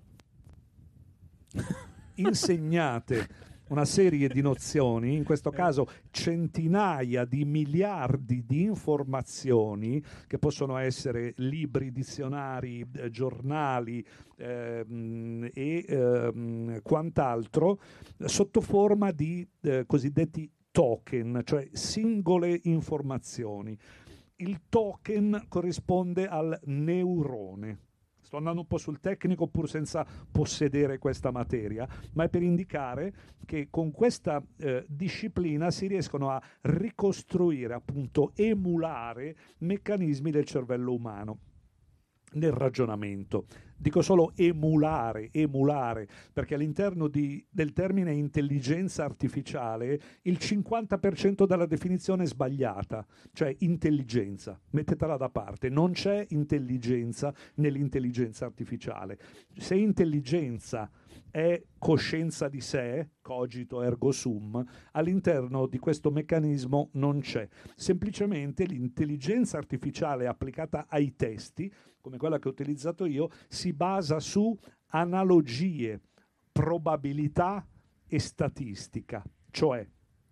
insegnate una serie di nozioni, in questo caso centinaia di miliardi di informazioni che possono essere libri, dizionari, eh, giornali ehm, e ehm, quant'altro, sotto forma di eh, cosiddetti token, cioè singole informazioni. Il token corrisponde al neurone. Sto andando un po' sul tecnico pur senza possedere questa materia, ma è per indicare che con questa eh, disciplina si riescono a ricostruire, appunto, emulare meccanismi del cervello umano nel ragionamento. Dico solo emulare, emulare, perché all'interno di, del termine intelligenza artificiale il cinquanta per cento della definizione è sbagliata, cioè intelligenza, mettetela da parte, non c'è intelligenza nell'intelligenza artificiale. Se intelligenza è coscienza di sé, cogito ergo sum, all'interno di questo meccanismo non c'è. Semplicemente l'intelligenza artificiale applicata ai testi, come quella che ho utilizzato io, si basa su analogie, probabilità e statistica. Cioè,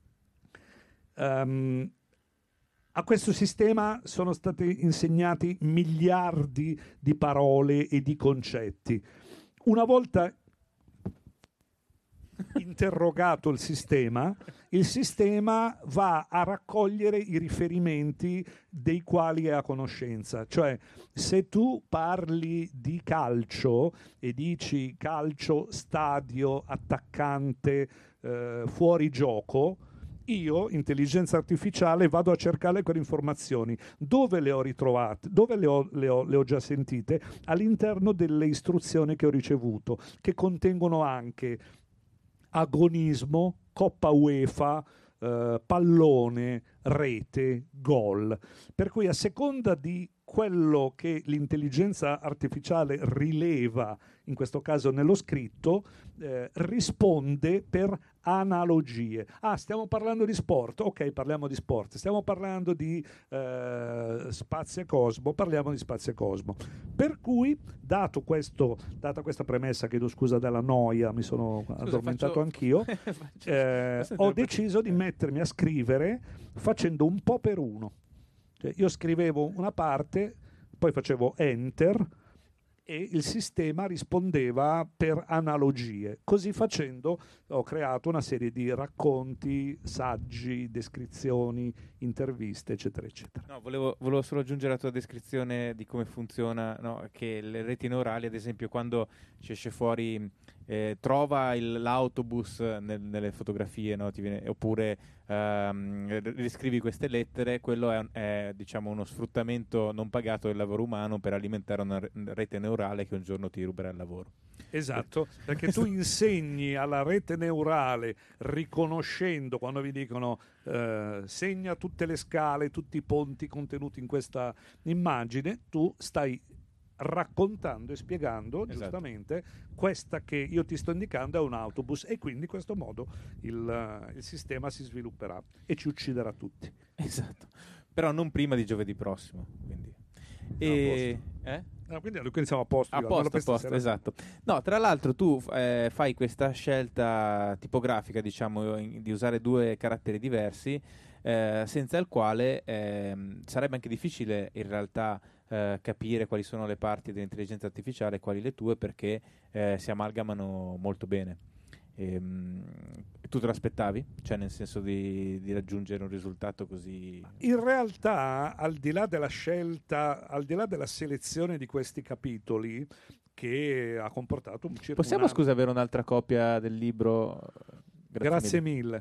um, a questo sistema sono stati insegnati miliardi di parole e di concetti. Una volta interrogato il sistema, il sistema va a raccogliere i riferimenti dei quali è a conoscenza. Cioè, se tu parli di calcio e dici calcio, stadio, attaccante, eh, fuori gioco, io, intelligenza artificiale, vado a cercare quelle informazioni. Dove le ho ritrovate? Dove le ho, le ho, le ho già sentite? All'interno delle istruzioni che ho ricevuto, che contengono anche agonismo, Coppa UEFA, eh, pallone, rete, gol. Per cui a seconda di quello che l'intelligenza artificiale rileva, in questo caso nello scritto, eh, risponde per analogie. Ah, stiamo parlando di sport? Ok, parliamo di sport. Stiamo parlando di eh, spazio e cosmo? Parliamo di spazio e cosmo. Per cui, dato questo, data questa premessa, chiedo scusa della noia, mi sono Scusa, addormentato faccio... anch'io, faccio... eh, ho deciso di mettermi a scrivere facendo un po' per uno. Cioè, io scrivevo una parte, poi facevo enter e il sistema rispondeva per analogie. Così facendo ho creato una serie di racconti, saggi, descrizioni, interviste, eccetera, eccetera. No, volevo, volevo solo aggiungere la tua descrizione di come funziona, no? Che le reti neurali, ad esempio, quando ci esce fuori eh, trova il, l'autobus nel, nelle fotografie, no? Ti viene, oppure ehm, riscrivi queste lettere, quello è, è diciamo uno sfruttamento non pagato del lavoro umano per alimentare una re- rete neurale che un giorno ti ruberà il lavoro. Esatto, perché tu insegni alla rete neurale, riconoscendo, quando vi dicono eh, segna tutte le scale, tutti i ponti contenuti in questa immagine, tu stai raccontando e spiegando, esatto, giustamente, questa che io ti sto indicando è un autobus, e quindi in questo modo il, il sistema si svilupperà e ci ucciderà tutti. Esatto, però non prima di giovedì prossimo, quindi. E... eh? No, quindi, quindi siamo a posto. A posto, a posto, esatto. No, tra l'altro tu eh, fai questa scelta tipografica, diciamo, in, di usare due caratteri diversi, eh, senza il quale eh, sarebbe anche difficile in realtà eh, capire quali sono le parti dell'intelligenza artificiale e quali le tue, perché eh, si amalgamano molto bene. Ehm, tu te lo aspettavi? Cioè, nel senso di, di raggiungere un risultato così? In realtà, al di là della scelta, al di là della selezione di questi capitoli, che ha comportato un circa Possiamo, una... scusa, avere un'altra copia del libro? Grazie, Grazie mille.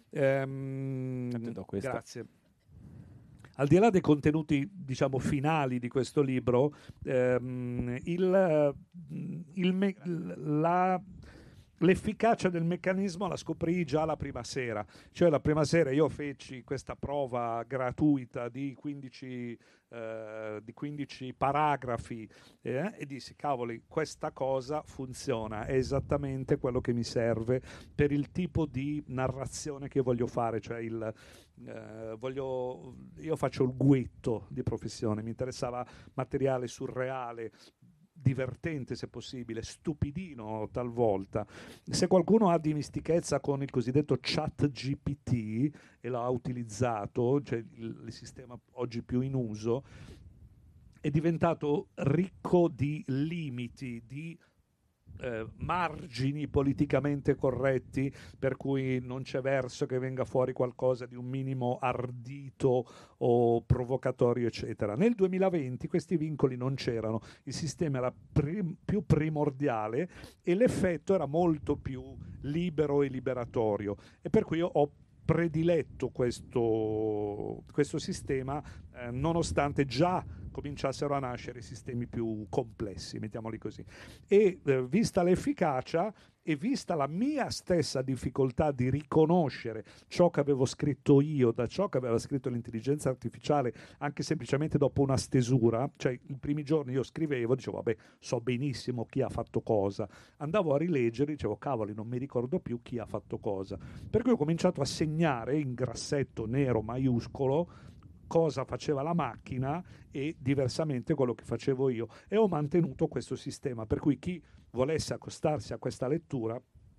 Ehm, do questa. Grazie. Al di là dei contenuti, diciamo, finali di questo libro, ehm, il, il me- la... l'efficacia del meccanismo la scoprì già la prima sera. Cioè, la prima sera io feci questa prova gratuita di quindici, eh, di quindici paragrafi eh, e dissi, cavoli, questa cosa funziona, è esattamente quello che mi serve per il tipo di narrazione che voglio fare. Cioè il, eh, voglio, io faccio il guetto di professione, mi interessava materiale surreale, divertente se possibile, stupidino talvolta. Se qualcuno ha dimistichezza con il cosiddetto chat G P T e l'ha utilizzato, cioè il, il sistema oggi più in uso, è diventato ricco di limiti, di Eh, margini politicamente corretti, per cui non c'è verso che venga fuori qualcosa di un minimo ardito o provocatorio, eccetera. Nel duemilaventi questi vincoli non c'erano, il sistema era prim- più primordiale e l'effetto era molto più libero e liberatorio, e per cui io ho prediletto questo, questo sistema, eh, nonostante già cominciassero a nascere sistemi più complessi, mettiamoli così. E eh, vista l'efficacia e vista la mia stessa difficoltà di riconoscere ciò che avevo scritto io da ciò che aveva scritto l'intelligenza artificiale, anche semplicemente dopo una stesura, cioè i primi giorni io scrivevo, dicevo vabbè, so benissimo chi ha fatto cosa, andavo a rileggere, dicevo cavoli, non mi ricordo più chi ha fatto cosa, per cui ho cominciato a segnare in grassetto nero maiuscolo cosa faceva la macchina e diversamente quello che facevo io, e ho mantenuto questo sistema, per cui chi volesse accostarsi a questa lettura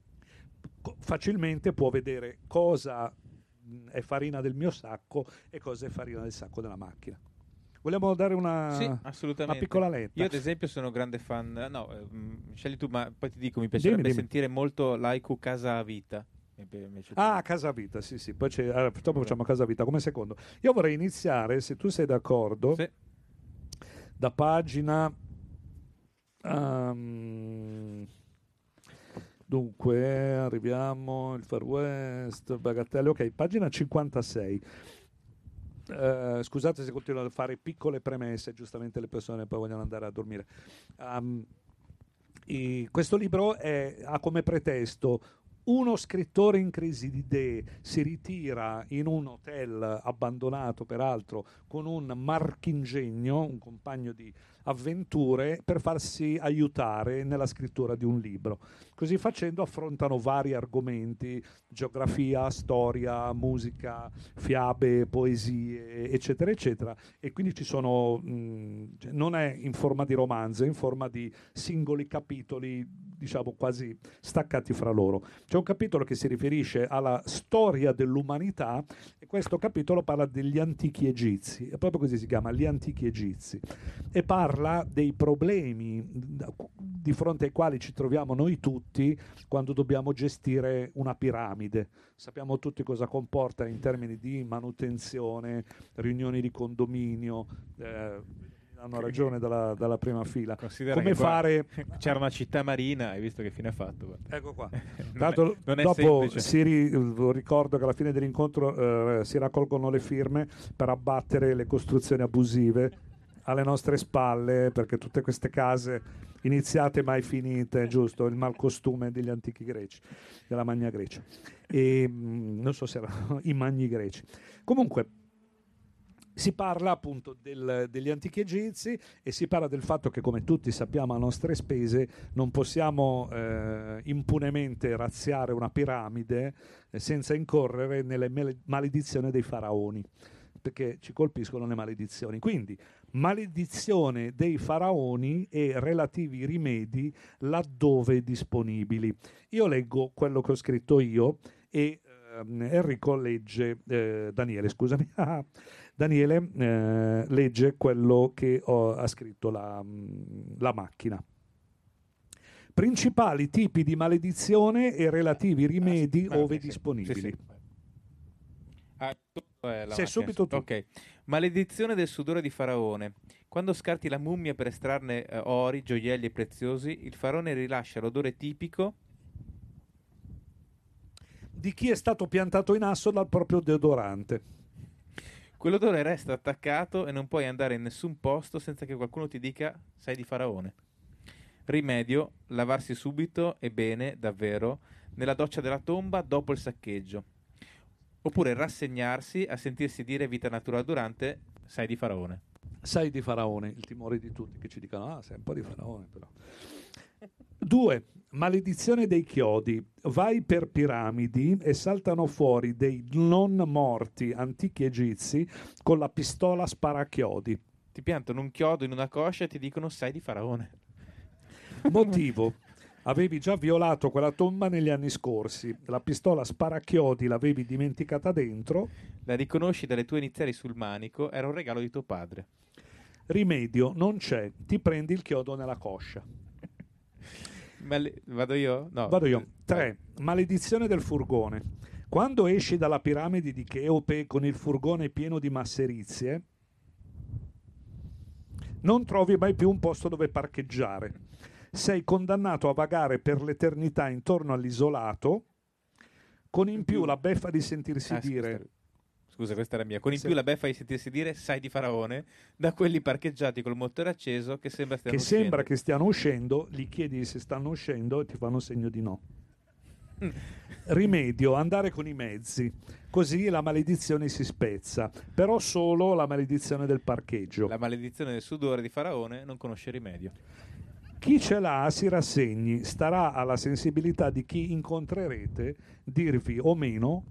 facilmente può vedere cosa è farina del mio sacco e cosa è farina del sacco della macchina. Vogliamo dare una, sì, assolutamente. una piccola letta? Io ad esempio sono grande fan, no, eh, scegli tu, ma poi ti dico, mi piacerebbe dimmi, dimmi. sentire molto l'Haiku Casa Vita. Ah, Casa Vita, sì sì, poi c'è, allora, dopo facciamo Casa Vita come secondo. Io vorrei iniziare, se tu sei d'accordo, sì, da pagina um, dunque arriviamo il Far West, Bagatelle, ok, pagina cinquantasei. Uh, scusate se continuo a fare piccole premesse, giustamente le persone poi vogliono andare a dormire. Um, i, questo libro è, ha come pretesto uno scrittore in crisi di idee, si ritira in un hotel abbandonato peraltro con un marchingegno, un compagno di avventure, per farsi aiutare nella scrittura di un libro. Così facendo affrontano vari argomenti: geografia, storia, musica, fiabe, poesie, eccetera eccetera, e quindi ci sono mh, non è in forma di romanzo, è in forma di singoli capitoli, diciamo quasi staccati fra loro. C'è un capitolo che si riferisce alla storia dell'umanità, e questo capitolo parla degli antichi egizi, è proprio così si chiama, Gli antichi egizi, e parla dei problemi di fronte ai quali ci troviamo noi tutti quando dobbiamo gestire una piramide. Sappiamo tutti cosa comporta in termini di manutenzione, riunioni di condominio, eh, hanno ragione dalla, dalla prima fila. Considera Come che qua fare? c'era una città marina, hai visto che fine ha fatto? Ecco qua. non Tanto è, non è dopo semplice. si ri- ricordo che alla fine dell'incontro eh, si raccolgono le firme per abbattere le costruzioni abusive alle nostre spalle, perché tutte queste case iniziate mai finite, giusto? Il malcostume degli antichi greci, della Magna Grecia. E mh, non so se erano i Magni Greci. Comunque si parla appunto del, degli antichi egizi e si parla del fatto che, come tutti sappiamo a nostre spese, non possiamo eh, impunemente razziare una piramide eh, senza incorrere nelle male- maledizioni dei faraoni, perché ci colpiscono le maledizioni. Quindi maledizione dei faraoni e relativi rimedi laddove disponibili. Io leggo quello che ho scritto io e ehm, Enrico legge, eh, Daniele scusami, Daniele eh, legge quello che ho, ha scritto la, la macchina. Principali tipi di maledizione e relativi rimedi Ah, ove sì, sì. disponibili. Sì, sì. Ah, tutto è la Sì, macchina. subito tu. Ok. Maledizione del sudore di Faraone. Quando scarti la mummia per estrarne eh, ori, gioielli e preziosi, il faraone rilascia l'odore tipico Di chi è stato piantato in asso dal proprio deodorante. Quell'odore resta attaccato e non puoi andare in nessun posto senza che qualcuno ti dica sei di Faraone. Rimedio, lavarsi subito e bene, davvero, nella doccia della tomba dopo il saccheggio. Oppure rassegnarsi a sentirsi dire vita naturale durante sei di Faraone. Sei di Faraone, il timore di tutti che ci dicano ah sei un po' di Faraone però. Due, maledizione dei chiodi. Vai per piramidi e saltano fuori dei non morti antichi egizi con la pistola sparachiodi. Ti piantano un chiodo in una coscia e ti dicono sei di Faraone. Motivo. Avevi già violato quella tomba negli anni scorsi. La pistola sparachiodi l'avevi dimenticata dentro. La riconosci dalle tue iniziali sul manico, era un regalo di tuo padre. Rimedio, non c'è. Ti prendi il chiodo nella coscia. Male- Vado io? No. Vado io. tre. Maledizione del furgone. Quando esci dalla piramide di Cheope con il furgone pieno di masserizie, non trovi mai più un posto dove parcheggiare. Sei condannato a vagare per l'eternità intorno all'isolato, con in più la beffa di sentirsi Ah, sì, dire... questa- Scusa, questa era mia. Con in Sì. più la beffa di sentirsi dire sai di Faraone da quelli parcheggiati col motore acceso che sembra stiano che sembra uscendo. che stiano uscendo, gli chiedi se stanno uscendo e ti fanno segno di no. Rimedio, andare con i mezzi, così la maledizione si spezza, però solo la maledizione del parcheggio. La maledizione del sudore di Faraone non conosce rimedio. Chi ce l'ha si rassegni, starà alla sensibilità di chi incontrerete dirvi o meno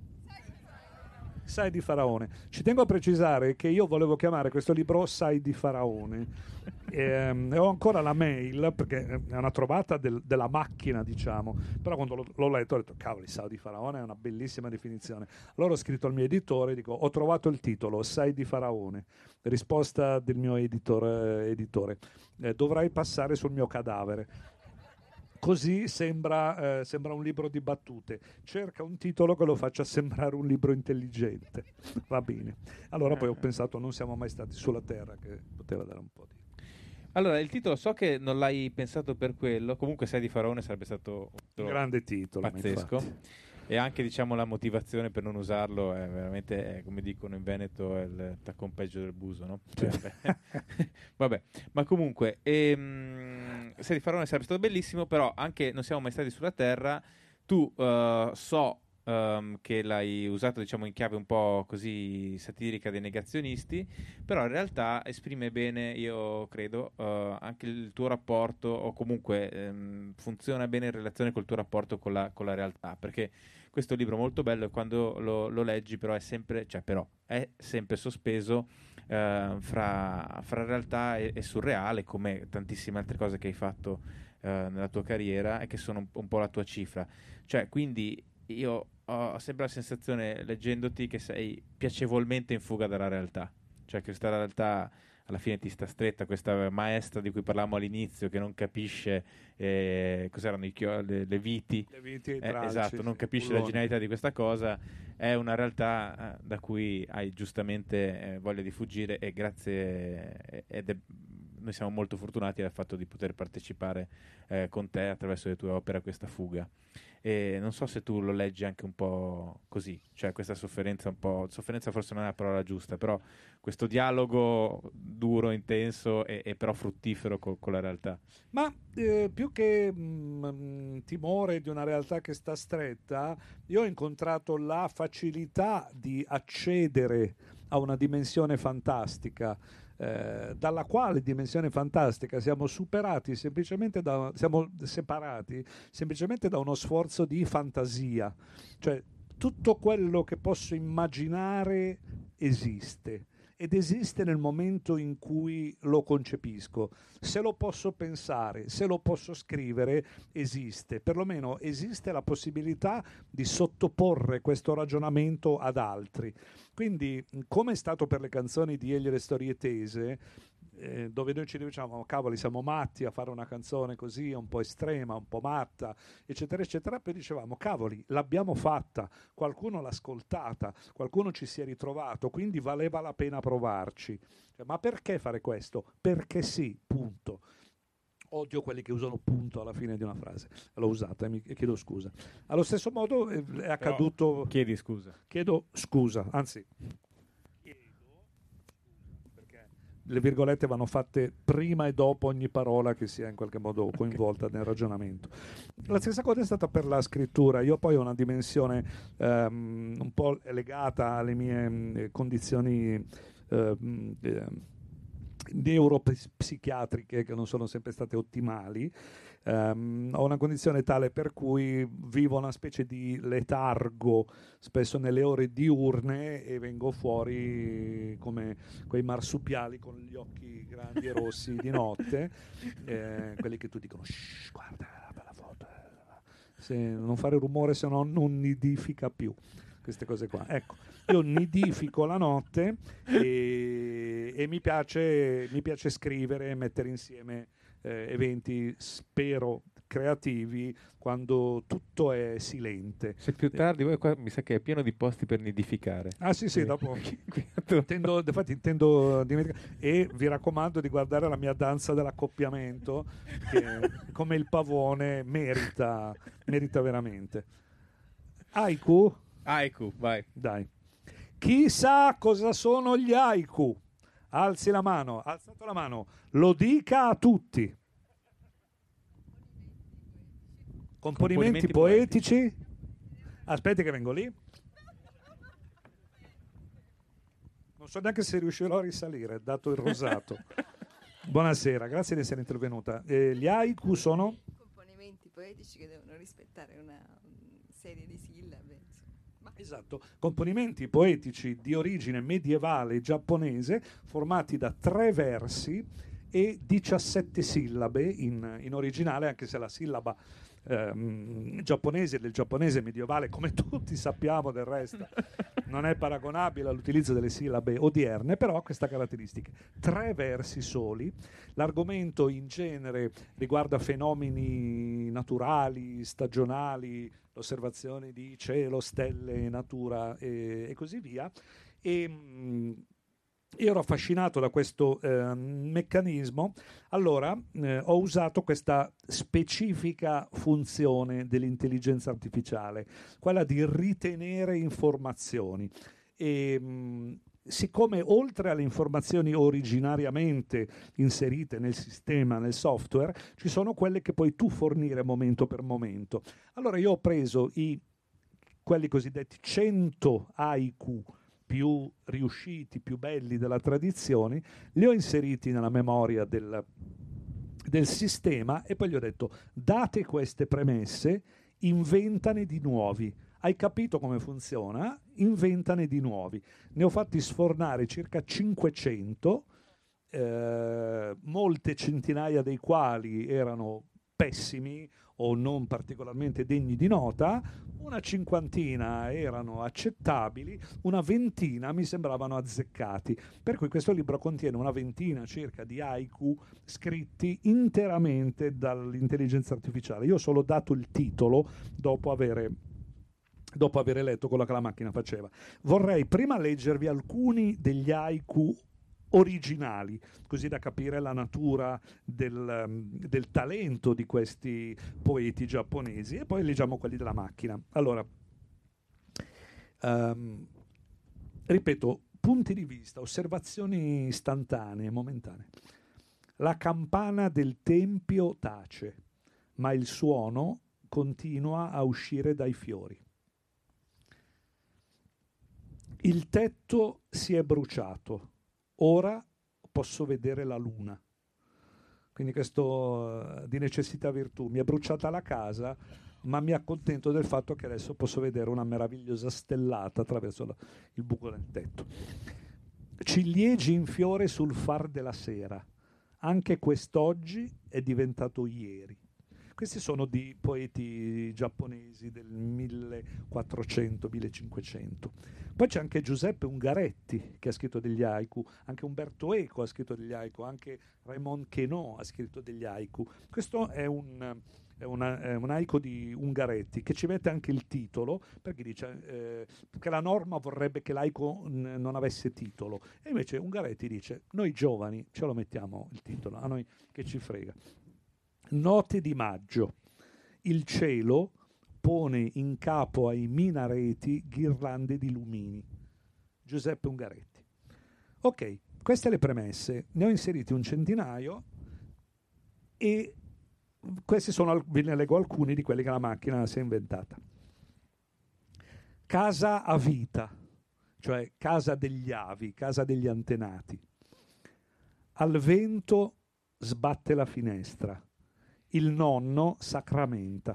Sai di Faraone. Ci tengo a precisare che io volevo chiamare questo libro Sai di Faraone. E, e ho ancora la mail perché è una trovata del- della macchina, diciamo. Però quando l'ho, l'ho letto ho detto cavoli, Sai di Faraone è una bellissima definizione. Allora ho scritto al mio editore, dico ho trovato il titolo Sai di Faraone. Risposta del mio editore, editore. Eh, dovrai passare sul mio cadavere. Così sembra, eh, sembra un libro di battute. Cerca un titolo che lo faccia sembrare un libro intelligente. Va bene. Allora poi ho pensato non siamo mai stati sulla Terra, che poteva dare un po' di... Allora, il titolo so che non l'hai pensato per quello, comunque sai di Faraone sarebbe stato un titolo grande titolo. ma pazzesco. infatti. E anche diciamo la motivazione per non usarlo è veramente, è, come dicono in Veneto, è il taccon peggio del buso, no? Cioè, vabbè. Vabbè, ma comunque ehm, Sei di Faraone sarebbe stato bellissimo, però anche non siamo mai stati sulla Terra. Tu eh, so ehm, che l'hai usato diciamo in chiave un po' così satirica dei negazionisti, però in realtà esprime bene, io credo, eh, anche il tuo rapporto, o comunque ehm, funziona bene in relazione col tuo rapporto con la, con la realtà, perché questo libro è molto bello e quando lo, lo leggi però è sempre, cioè però è sempre sospeso eh, fra, fra realtà e, e surreale, come tantissime altre cose che hai fatto eh, nella tua carriera e che sono un, un po' la tua cifra. Cioè, quindi io ho sempre la sensazione, leggendoti, che sei piacevolmente in fuga dalla realtà, cioè che questa realtà alla fine ti sta stretta, questa maestra di cui parlavamo all'inizio che non capisce eh, cos'erano i chio- le, le viti, Le viti e i eh, tralci, esatto, non sì, capisce bulloni. la genialità di questa cosa, è una realtà eh, da cui hai giustamente eh, voglia di fuggire, e grazie eh, ed è, noi siamo molto fortunati al fatto di poter partecipare eh, con te attraverso le tue opere a questa fuga. E non so se tu lo leggi anche un po' così, cioè questa sofferenza un po', sofferenza forse non è la parola giusta, però questo dialogo duro, intenso e, e però fruttifero co- con la realtà. Ma eh, più che mh, timore di una realtà che sta stretta, io ho incontrato la facilità di accedere a una dimensione fantastica, eh, dalla quale dimensione fantastica siamo superati semplicemente da, siamo separati semplicemente da uno sforzo di fantasia. Cioè, tutto quello che posso immaginare esiste. Ed esiste nel momento in cui lo concepisco. Se lo posso pensare, se lo posso scrivere, esiste. Perlomeno esiste la possibilità di sottoporre questo ragionamento ad altri. Quindi, come è stato per le canzoni di Egli e le storie tese, eh, dove noi ci diciamo, cavoli, siamo matti a fare una canzone così, un po' estrema, un po' matta, eccetera, eccetera, poi dicevamo, cavoli, l'abbiamo fatta, qualcuno l'ha ascoltata, qualcuno ci si è ritrovato, quindi valeva la pena provarci. Cioè, ma perché fare questo? Perché sì, punto. Odio quelli che usano punto alla fine di una frase. L'ho usata e mi e chiedo scusa. Allo stesso modo eh, è accaduto... Chiedi scusa. Chiedo scusa, anzi... le virgolette vanno fatte prima e dopo ogni parola che sia in qualche modo coinvolta nel ragionamento. La stessa cosa è stata per la scrittura. Io poi ho una dimensione um, un po' legata alle mie um, condizioni uh, eh, neuropsichiatriche che non sono sempre state ottimali. Um, ho una condizione tale per cui vivo una specie di letargo spesso nelle ore diurne e vengo fuori come quei marsupiali con gli occhi grandi e rossi di notte, eh, quelli che tu dicono shh, guarda la bella foto, se non fare rumore se no non nidifica più, queste cose qua. Ecco, io nidifico la notte e, e mi piace, mi piace scrivere e mettere insieme Eh, eventi, spero, creativi quando tutto è silente. Se più tardi, voi qua mi sa che è pieno di posti per nidificare. Ah sì sì, dopo intendo, infatti intendo dimenticare. E vi raccomando di guardare la mia danza dell'accoppiamento che come il pavone merita, merita veramente. Haiku? Haiku, vai. Dai. Chi sa cosa sono gli haiku? Alzi la mano, ha alzato la mano, lo dica a tutti. Componimenti, Componimenti poetici. poetici. Aspetti che vengo lì. Non so neanche se riuscirò a risalire, dato il rosato. Buonasera, grazie di essere intervenuta. Eh, gli haiku sono? Componimenti poetici che devono rispettare una, una serie di sillabe. Ma... Esatto, componimenti poetici di origine medievale giapponese formati da tre versi e diciassette sillabe in, in originale, anche se la sillaba ehm, giapponese del giapponese medievale, come tutti sappiamo del resto, non è paragonabile all'utilizzo delle sillabe odierne, però ha questa caratteristica. Tre versi soli. L'argomento in genere riguarda fenomeni naturali, stagionali, l'osservazione di cielo, stelle, natura e, e così via. E mh, io ero affascinato da questo eh, meccanismo, allora eh, ho usato questa specifica funzione dell'intelligenza artificiale, quella di ritenere informazioni. E, mh, siccome oltre alle informazioni originariamente inserite nel sistema, nel software, ci sono quelle che puoi tu fornire momento per momento. Allora io ho preso i, quelli cosiddetti cento haiku più riusciti, più belli della tradizione, li ho inseriti nella memoria del, del sistema e poi gli ho detto date queste premesse, inventane di nuovi. Hai capito come funziona? Inventane di nuovi. Ne ho fatti sfornare circa cinquecento, eh, molte centinaia dei quali erano pessimi o non particolarmente degni di nota, una cinquantina erano accettabili, una ventina mi sembravano azzeccati. Per cui questo libro contiene una ventina circa di haiku scritti interamente dall'intelligenza artificiale. Io ho solo dato il titolo dopo avere dopo aver letto quello che la macchina faceva. Vorrei prima leggervi alcuni degli haiku originali, così da capire la natura del, del talento di questi poeti giapponesi, e poi leggiamo quelli della macchina. Allora, um, ripeto, punti di vista, osservazioni istantanee, momentanee. La campana del tempio tace, ma il suono continua a uscire dai fiori. Il tetto si è bruciato, ora posso vedere la luna. Quindi questo uh, di necessità virtù. Mi è bruciata la casa, ma mi accontento del fatto che adesso posso vedere una meravigliosa stellata attraverso la, il buco del tetto. Ciliegi in fiore sul far della sera. Anche quest'oggi è diventato ieri. Questi sono di poeti giapponesi del millequattrocento millecinquecento. Poi c'è anche Giuseppe Ungaretti che ha scritto degli haiku, anche Umberto Eco ha scritto degli haiku, anche Raymond Queneau ha scritto degli haiku. Questo è un, è una, è un haiku di Ungaretti che ci mette anche il titolo, perché dice eh, che la norma vorrebbe che l'haiku n- non avesse titolo, e invece Ungaretti dice noi giovani ce lo mettiamo il titolo, a noi che ci frega. Note di maggio. Il cielo pone in capo ai minareti ghirlande di lumini. Giuseppe Ungaretti. Ok, queste le premesse. Ne ho inseriti un centinaio e questi sono, ve ne leggo alcuni di quelli che la macchina si è inventata. Casa a vita, cioè casa degli avi, casa degli antenati. Al vento sbatte la finestra. Il nonno sacramenta.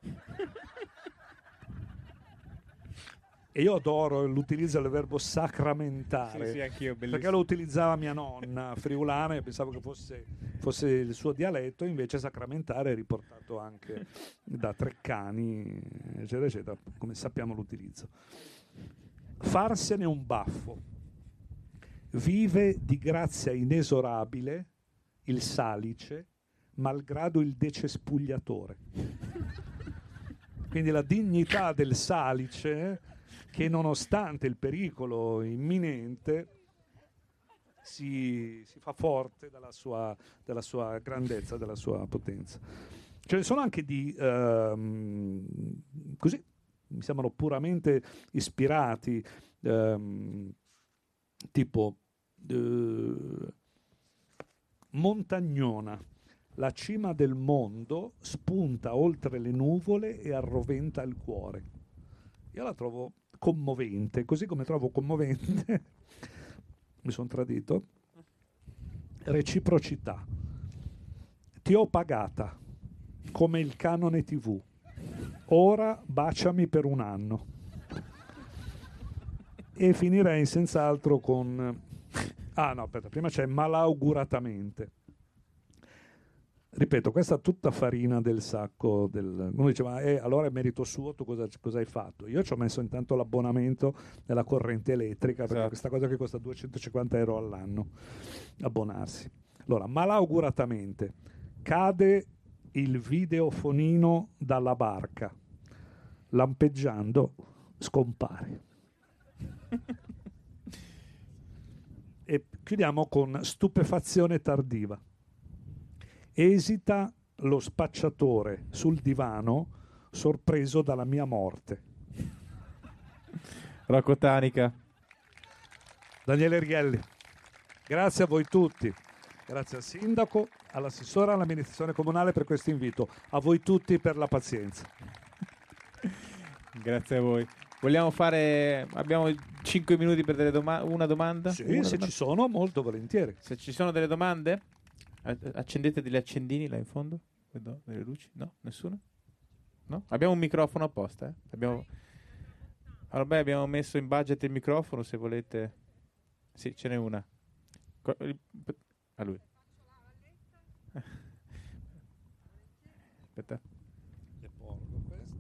E io adoro l'utilizzo del verbo sacramentare, sì, sì, anch'io, perché lo utilizzava mia nonna friulana e pensavo che fosse, fosse il suo dialetto, invece sacramentare è riportato anche da Treccani, eccetera, eccetera, come sappiamo l'utilizzo. Farsene un baffo. Vive di grazia inesorabile il salice, malgrado il decespugliatore. Quindi la dignità del salice, che nonostante il pericolo imminente si, si fa forte dalla sua, della sua grandezza, della sua potenza. Ce ne sono anche di ehm, così, mi sembrano puramente ispirati, ehm, tipo eh, Montagnona. La cima del mondo spunta oltre le nuvole e arroventa il cuore. Io la trovo commovente, così come trovo commovente, mi sono tradito, reciprocità. Ti ho pagata come il canone tivù, ora baciami per un anno. E finirei senz'altro con... Ah no, aspetta, prima c'è malauguratamente. Ripeto, questa è tutta farina del sacco del... Uno diceva, eh, allora è merito suo, tu cosa, cosa hai fatto? Io ci ho messo intanto l'abbonamento della corrente elettrica, perché esatto. questa cosa che costa duecentocinquanta euro all'anno, abbonarsi. Allora, malauguratamente, cade il videofonino dalla barca, lampeggiando, scompare. E chiudiamo con stupefazione tardiva. Esita lo spacciatore sul divano, sorpreso dalla mia morte. Rocco Tanica. Daniele Righelli. Grazie a voi tutti. Grazie al sindaco, all'assessore, all'amministrazione comunale per questo invito. A voi tutti per la pazienza. Grazie a voi. Vogliamo fare... Abbiamo cinque minuti per delle doma- una domanda? Sì, una se domanda? ci sono, molto volentieri. Se ci sono delle domande? Accendete degli accendini là in fondo? Vedo delle luci? No? Nessuno? No? Abbiamo un microfono apposta, eh? Abbiamo... Allora, beh, abbiamo messo in budget il microfono, se volete. Sì, ce n'è una. A lui. Aspetta. Le porgo questo.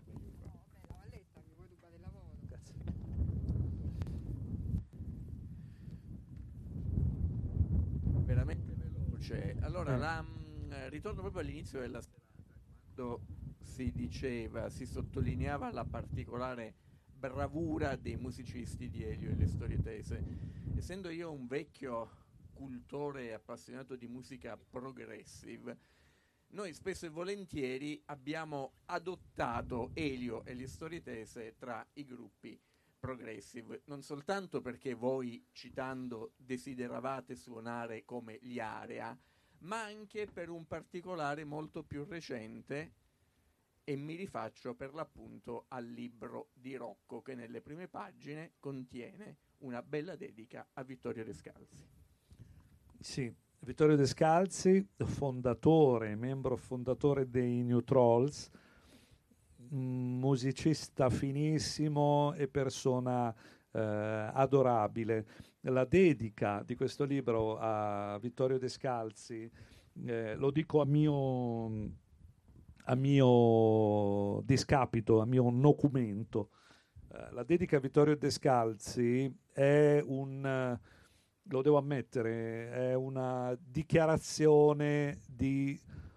Veramente veloce. Allora, Eh. la, mh, ritorno proprio all'inizio della serata, quando si diceva, si sottolineava la particolare bravura dei musicisti di Elio e le Storie Tese. Essendo io un vecchio cultore e appassionato di musica progressive, noi spesso e volentieri abbiamo adottato Elio e le Storie Tese tra i gruppi progressive, non soltanto perché voi, citando, desideravate suonare come gli Area, ma anche per un particolare molto più recente, e mi rifaccio per l'appunto al libro di Rocco, che nelle prime pagine contiene una bella dedica a Vittorio Descalzi. Sì, Vittorio Descalzi, fondatore, membro fondatore dei New Trolls, musicista finissimo e persona eh, adorabile. La dedica di questo libro a Vittorio Descalzi, eh, lo dico a mio, a mio discapito, a mio nocumento. Eh, la dedica a Vittorio Descalzi è un, lo devo ammettere, è una dichiarazione di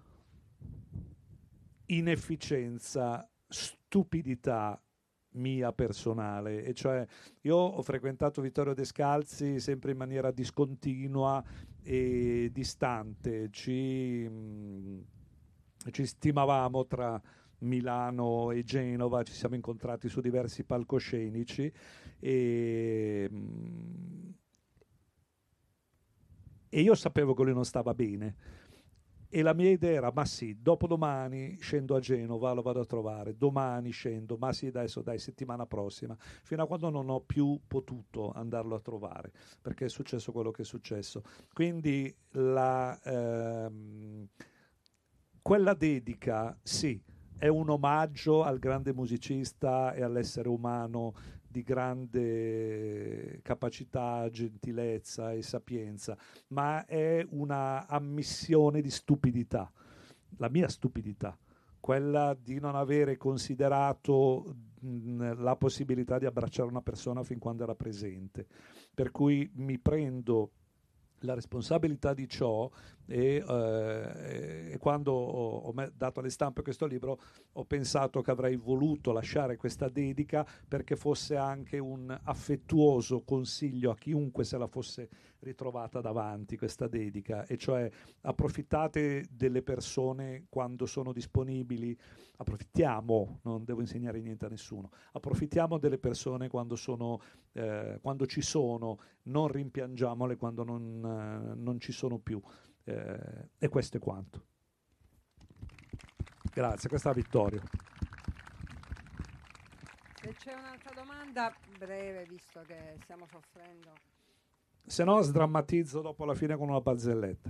inefficienza, stupidità mia personale, e cioè io ho frequentato Vittorio Descalzi sempre in maniera discontinua e distante, ci, mh, ci stimavamo tra Milano e Genova, ci siamo incontrati su diversi palcoscenici e, mh, e io sapevo che lui non stava bene. E la mia idea era, ma sì, dopodomani scendo a Genova, lo vado a trovare, domani scendo, ma sì, adesso dai, settimana prossima, fino a quando non ho più potuto andarlo a trovare, perché è successo quello che è successo. Quindi la, ehm, quella dedica, sì, è un omaggio al grande musicista e all'essere umano di grande capacità, gentilezza e sapienza, ma è una ammissione di stupidità, la mia stupidità, quella di non avere considerato mh, la possibilità di abbracciare una persona fin quando era presente. Per cui mi prendo la responsabilità di ciò e, eh, e quando ho, ho me- dato alle stampe questo libro ho pensato che avrei voluto lasciare questa dedica perché fosse anche un affettuoso consiglio a chiunque se la fosse ritrovata davanti, questa dedica, e cioè approfittate delle persone quando sono disponibili, approfittiamo, non devo insegnare niente a nessuno, approfittiamo delle persone quando sono eh, quando ci sono, non rimpiangiamole quando non, eh, non ci sono più. Eh, e questo è quanto. Grazie, questa è la Vittorio. Se c'è un'altra domanda, breve, visto che stiamo soffrendo. Se no sdrammatizzo dopo la fine con una barzelletta.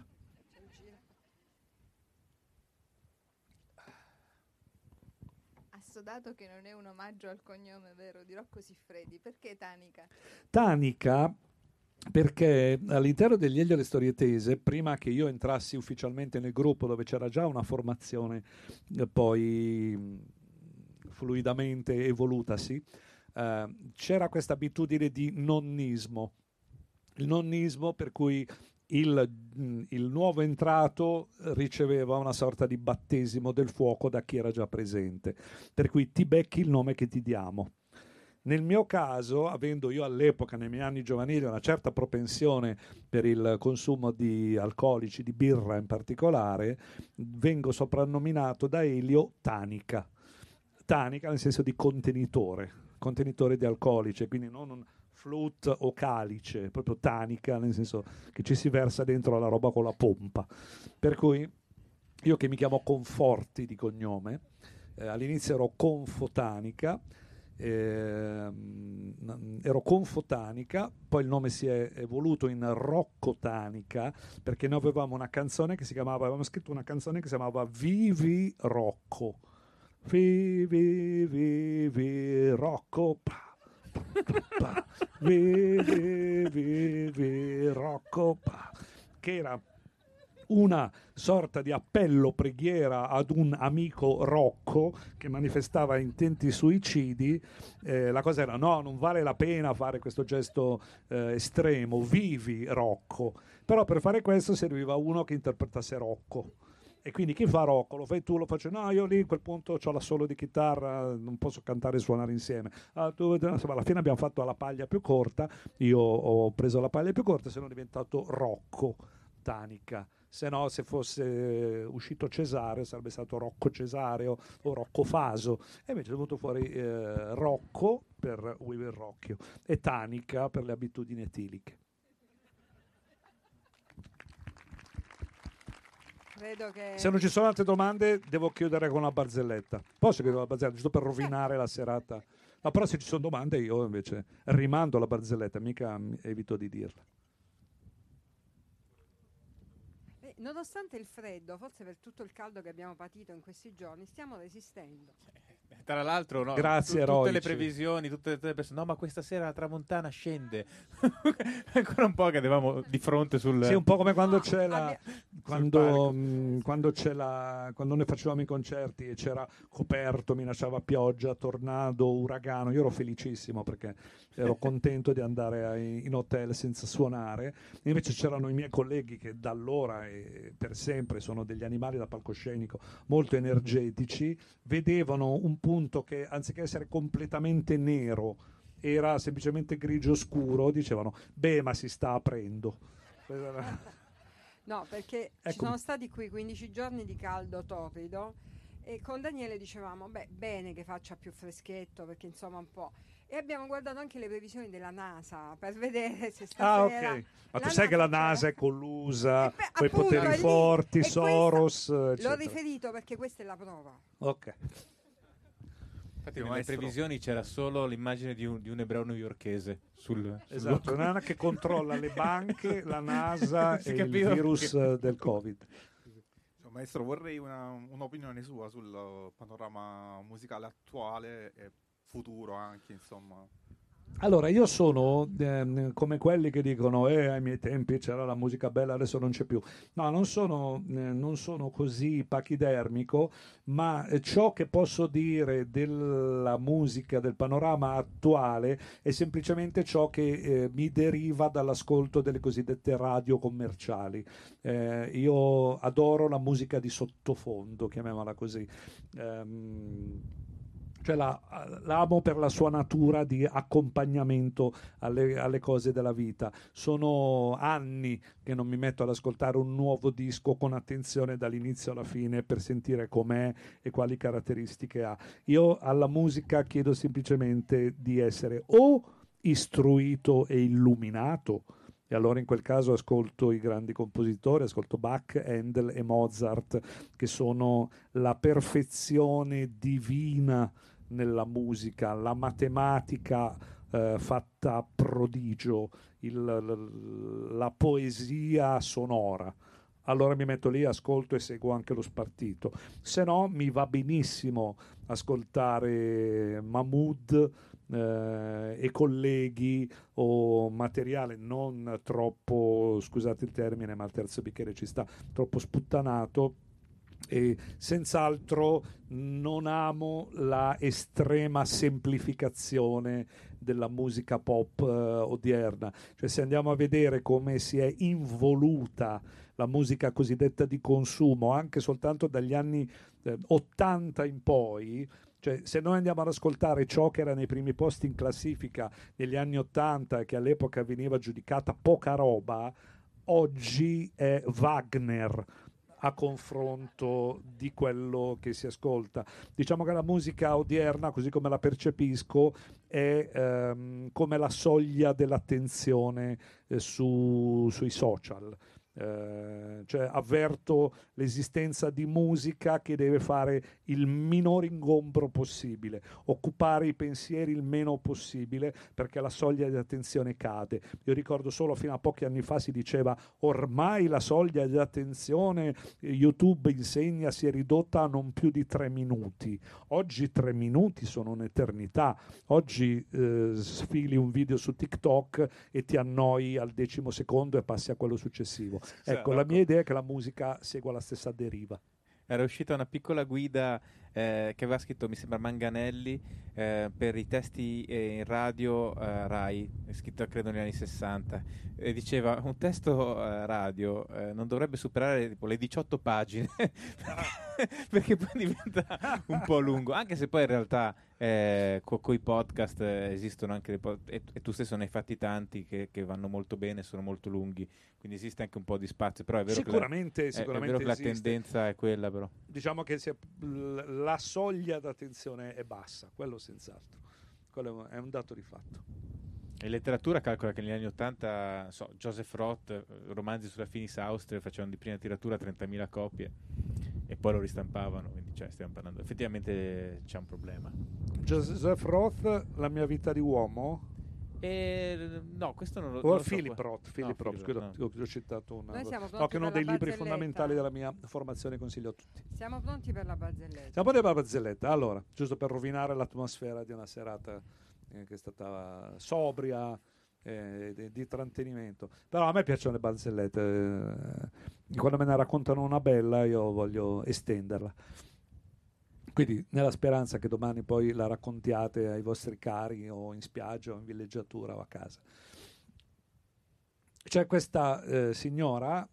Assodato che non è un omaggio al cognome vero di Rocco Siffredi, perché Tanica? Tanica perché all'interno degli Elio e le Storie Tese, prima che io entrassi ufficialmente nel gruppo dove c'era già una formazione eh, poi mh, fluidamente evolutasi, eh, c'era questa abitudine di nonnismo. Il nonnismo per cui il, mh, il nuovo entrato riceveva una sorta di battesimo del fuoco da chi era già presente, per cui ti becchi il nome che ti diamo. Nel mio caso, avendo io all'epoca, nei miei anni giovanili, una certa propensione per il consumo di alcolici, di birra in particolare, vengo soprannominato da Elio Tanica. Tanica nel senso di contenitore, contenitore di alcolici, quindi non un flute o calice, proprio tanica, nel senso che ci si versa dentro la roba con la pompa. Per cui io, che mi chiamo Conforti di cognome, eh, all'inizio ero Confotanica, Eh, ero Confotanica, poi il nome si è evoluto in Roccotanica perché noi avevamo una canzone che si chiamava, avevamo scritto una canzone che si chiamava Vivi Rocco, Vivi Vivi Rocco, pa, pa, pa, Vivi Vivi Rocco, pa, che era una sorta di appello preghiera ad un amico Rocco che manifestava intenti suicidi. Eh, la cosa era: no, non vale la pena fare questo gesto eh, estremo, vivi Rocco. Però per fare questo serviva uno che interpretasse Rocco. E quindi chi fa Rocco? Lo fai tu? Lo faccio? No, io lì a quel punto ho la solo di chitarra, non posso cantare e suonare insieme. Ah, tu, insomma, alla fine abbiamo fatto la paglia più corta, io ho preso la paglia più corta e sono diventato Rocco Tanica. Se no, se fosse uscito Cesare sarebbe stato Rocco Cesareo o Rocco Faso, e invece è venuto fuori eh, Rocco per Weaver Rocchio e Tanica per le abitudini etiliche. Credo che... Se non ci sono altre domande devo chiudere con una barzelletta. Posso chiudere la barzelletta giusto per rovinare la serata? No, però se ci sono domande io invece rimando la barzelletta, mica evito di dirla. Nonostante il freddo, forse per tutto il caldo che abbiamo patito in questi giorni, stiamo resistendo. Tra l'altro, no, Grazie, tu, tutte eroici. le previsioni, tutte, tutte le persone, no, ma questa sera la tramontana scende. Ancora un po' che avevamo di fronte sul... Sì, un po' come quando No, c'è la... abbia- Quando, mh, quando, c'è la, quando noi facevamo i concerti e c'era coperto, minacciava pioggia, tornado, uragano, io ero felicissimo perché ero contento di andare a, in hotel senza suonare. E invece c'erano i miei colleghi che da allora e per sempre sono degli animali da palcoscenico molto energetici, vedevano un punto che anziché essere completamente nero era semplicemente grigio scuro, dicevano beh, ma si sta aprendo. Questa era- No, perché ci Ecco. sono stati qui quindici giorni di caldo torrido e con Daniele dicevamo, beh, bene che faccia più freschetto perché insomma un po'. E abbiamo guardato anche le previsioni della NASA per vedere se Ah, stasera... ok. Ma tu la sai che la c'era. NASA è collusa Eh beh, con i appunto, poteri è lì. forti, E questa- Soros, L'ho eccetera. riferito perché questa è la prova. Ok. Infatti, Io, nelle maestro. previsioni c'era solo l'immagine di un, di un ebreo newyorkese sul, sul Esatto, logo. una che controlla le banche, la NASA Si e il capiva virus perché. eh, del Covid. Cioè, maestro, vorrei una- un'opinione sua sul panorama musicale attuale e futuro anche, insomma. Allora, io sono ehm, come quelli che dicono eh, ai miei tempi c'era la musica bella, adesso non c'è più. No, non sono, eh, non sono così pachidermico, ma eh, ciò che posso dire della musica, del panorama attuale, è semplicemente ciò che eh, mi deriva dall'ascolto delle cosiddette radio commerciali. Eh, io adoro la musica di sottofondo, chiamiamola così. Ehm, cioè la, l'amo per la sua natura di accompagnamento alle, alle cose della vita. Sono anni che non mi metto ad ascoltare un nuovo disco con attenzione dall'inizio alla fine per sentire com'è e quali caratteristiche ha. Io alla musica chiedo semplicemente di essere o istruito e illuminato, e allora in quel caso ascolto i grandi compositori, ascolto Bach, Handel e Mozart, che sono la perfezione divina nella musica, la matematica eh, fatta prodigio, il, l- la poesia sonora. Allora mi metto lì, ascolto e seguo anche lo spartito. Se no mi va benissimo ascoltare Mahmood eh, e colleghi o materiale non troppo, scusate il termine, ma il terzo bicchiere ci sta, troppo sputtanato. E senz'altro non amo la estrema semplificazione della musica pop eh, odierna. Cioè, se andiamo a vedere come si è involuta la musica cosiddetta di consumo anche soltanto dagli anni eh, ottanta in poi, cioè se noi andiamo ad ascoltare ciò che era nei primi posti in classifica negli anni ottanta e che all'epoca veniva giudicata poca roba, oggi è Wagner a confronto di quello che si ascolta. Diciamo che la musica odierna, così come la percepisco, è ehm, come la soglia dell'attenzione eh, su, sui social. Eh, cioè avverto l'esistenza di musica che deve fare il minor ingombro possibile, occupare i pensieri il meno possibile, perché la soglia di attenzione cade. Io ricordo solo fino a pochi anni fa si diceva ormai la soglia di attenzione, YouTube insegna, si è ridotta a non più di tre minuti. Oggi tre minuti sono un'eternità. Oggi eh, sfili un video su TikTok e ti annoi al decimo secondo e passi a quello successivo. Ecco, la mia idea è che la musica segua la stessa deriva. Era uscita una piccola guida eh, che aveva scritto, mi sembra, Manganelli eh, per i testi eh, in radio eh, Rai, è scritto credo negli anni sessanta, e diceva un testo eh, radio eh, non dovrebbe superare tipo le diciotto pagine perché poi diventa un po' lungo, anche se poi in realtà eh, con i podcast eh, esistono anche le pod- e, e tu stesso ne hai fatti tanti che, che vanno molto bene, sono molto lunghi, quindi esiste anche un po' di spazio, però è vero Sicuramente, che la, sicuramente è, è vero che esiste. la tendenza è quella, però Diciamo che sia, la soglia d'attenzione è bassa, quello senz'altro, quello è un dato di fatto. in letteratura calcola che negli anni ottanta so, Joseph Roth, romanzi sulla Finis Austria, facevano di prima tiratura trentamila copie e poi lo ristampavano, quindi cioè, stiamo parlando, effettivamente c'è un problema. Joseph Roth, La mia vita di uomo? E, no, questo non lo, O non lo Philip so. Roth, Philip No, Roth, Philip scusa, Roth, ho, ho citato una, Noi siamo no, che è uno pronti dei per la libri barzelletta. fondamentali della mia formazione, consiglio a tutti. Siamo pronti per la barzelletta. Siamo per la barzelletta, allora, giusto per rovinare l'atmosfera di una serata eh, che è stata sobria, eh, di, di trattenimento. Però a me piacciono le barzellette, eh, quando me ne raccontano una bella io voglio estenderla. Quindi nella speranza che domani poi la raccontiate ai vostri cari o in spiaggia o in villeggiatura o a casa. C'è questa eh, signora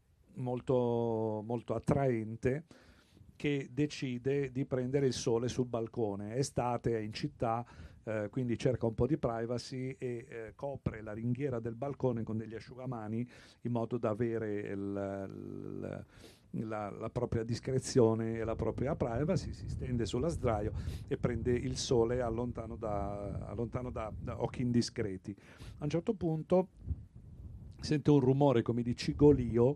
molto, molto attraente che decide di prendere il sole sul balcone. È estate, è in città, eh, quindi cerca un po' di privacy e eh, copre la ringhiera del balcone con degli asciugamani in modo da avere il, il La, la propria discrezione e la propria privacy, si stende sulla sdraio e prende il sole allontano da, allontano da, da occhi indiscreti. A un certo punto sente un rumore come di cigolio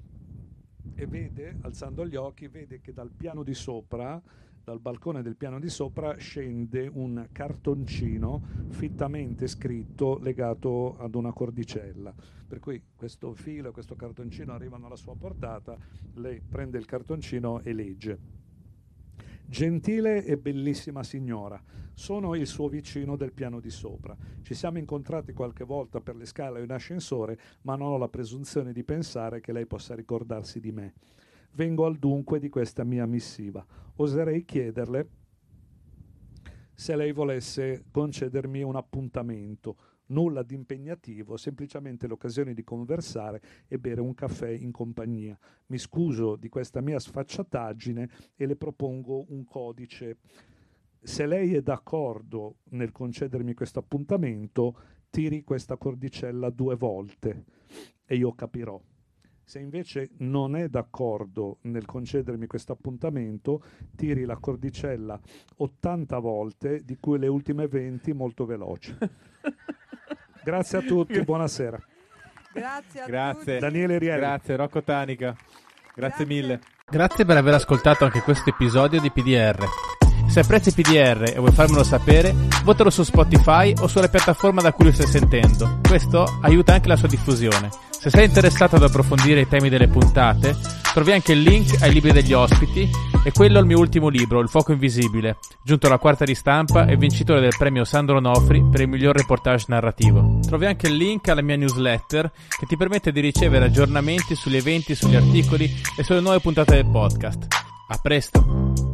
e vede, alzando gli occhi, vede che dal piano di sopra, dal balcone del piano di sopra, scende un cartoncino fittamente scritto legato ad una cordicella. Per cui questo filo e questo cartoncino arrivano alla sua portata, lei prende il cartoncino e legge. Gentile e bellissima signora, sono il suo vicino del piano di sopra. Ci siamo incontrati qualche volta per le scale o in ascensore, ma non ho la presunzione di pensare che lei possa ricordarsi di me. Vengo al dunque di questa mia missiva. Oserei chiederle se lei volesse concedermi un appuntamento, nulla di impegnativo, semplicemente l'occasione di conversare e bere un caffè in compagnia. Mi scuso di questa mia sfacciataggine e le propongo un codice. Se lei è d'accordo nel concedermi questo appuntamento, tiri questa cordicella due volte e io capirò. Se invece non è d'accordo nel concedermi questo appuntamento, tiri la cordicella ottanta volte, di cui le ultime venti molto veloci. Grazie a tutti, buonasera. Grazie a Grazie. tutti. Daniele Rielli. Grazie Rocco Tanica, grazie, Grazie. mille. Grazie per aver ascoltato anche questo episodio di P D R. Se apprezzi P D R e vuoi farmelo sapere, votalo su Spotify o sulla piattaforma da cui lo stai sentendo. Questo aiuta anche la sua diffusione. Se sei interessato ad approfondire i temi delle puntate, trovi anche il link ai libri degli ospiti e quello al mio ultimo libro, Il fuoco invisibile, giunto alla quarta ristampa e vincitore del premio Sandro Nofri per il miglior reportage narrativo. Trovi anche il link alla mia newsletter che ti permette di ricevere aggiornamenti sugli eventi, sugli articoli e sulle nuove puntate del podcast. A presto!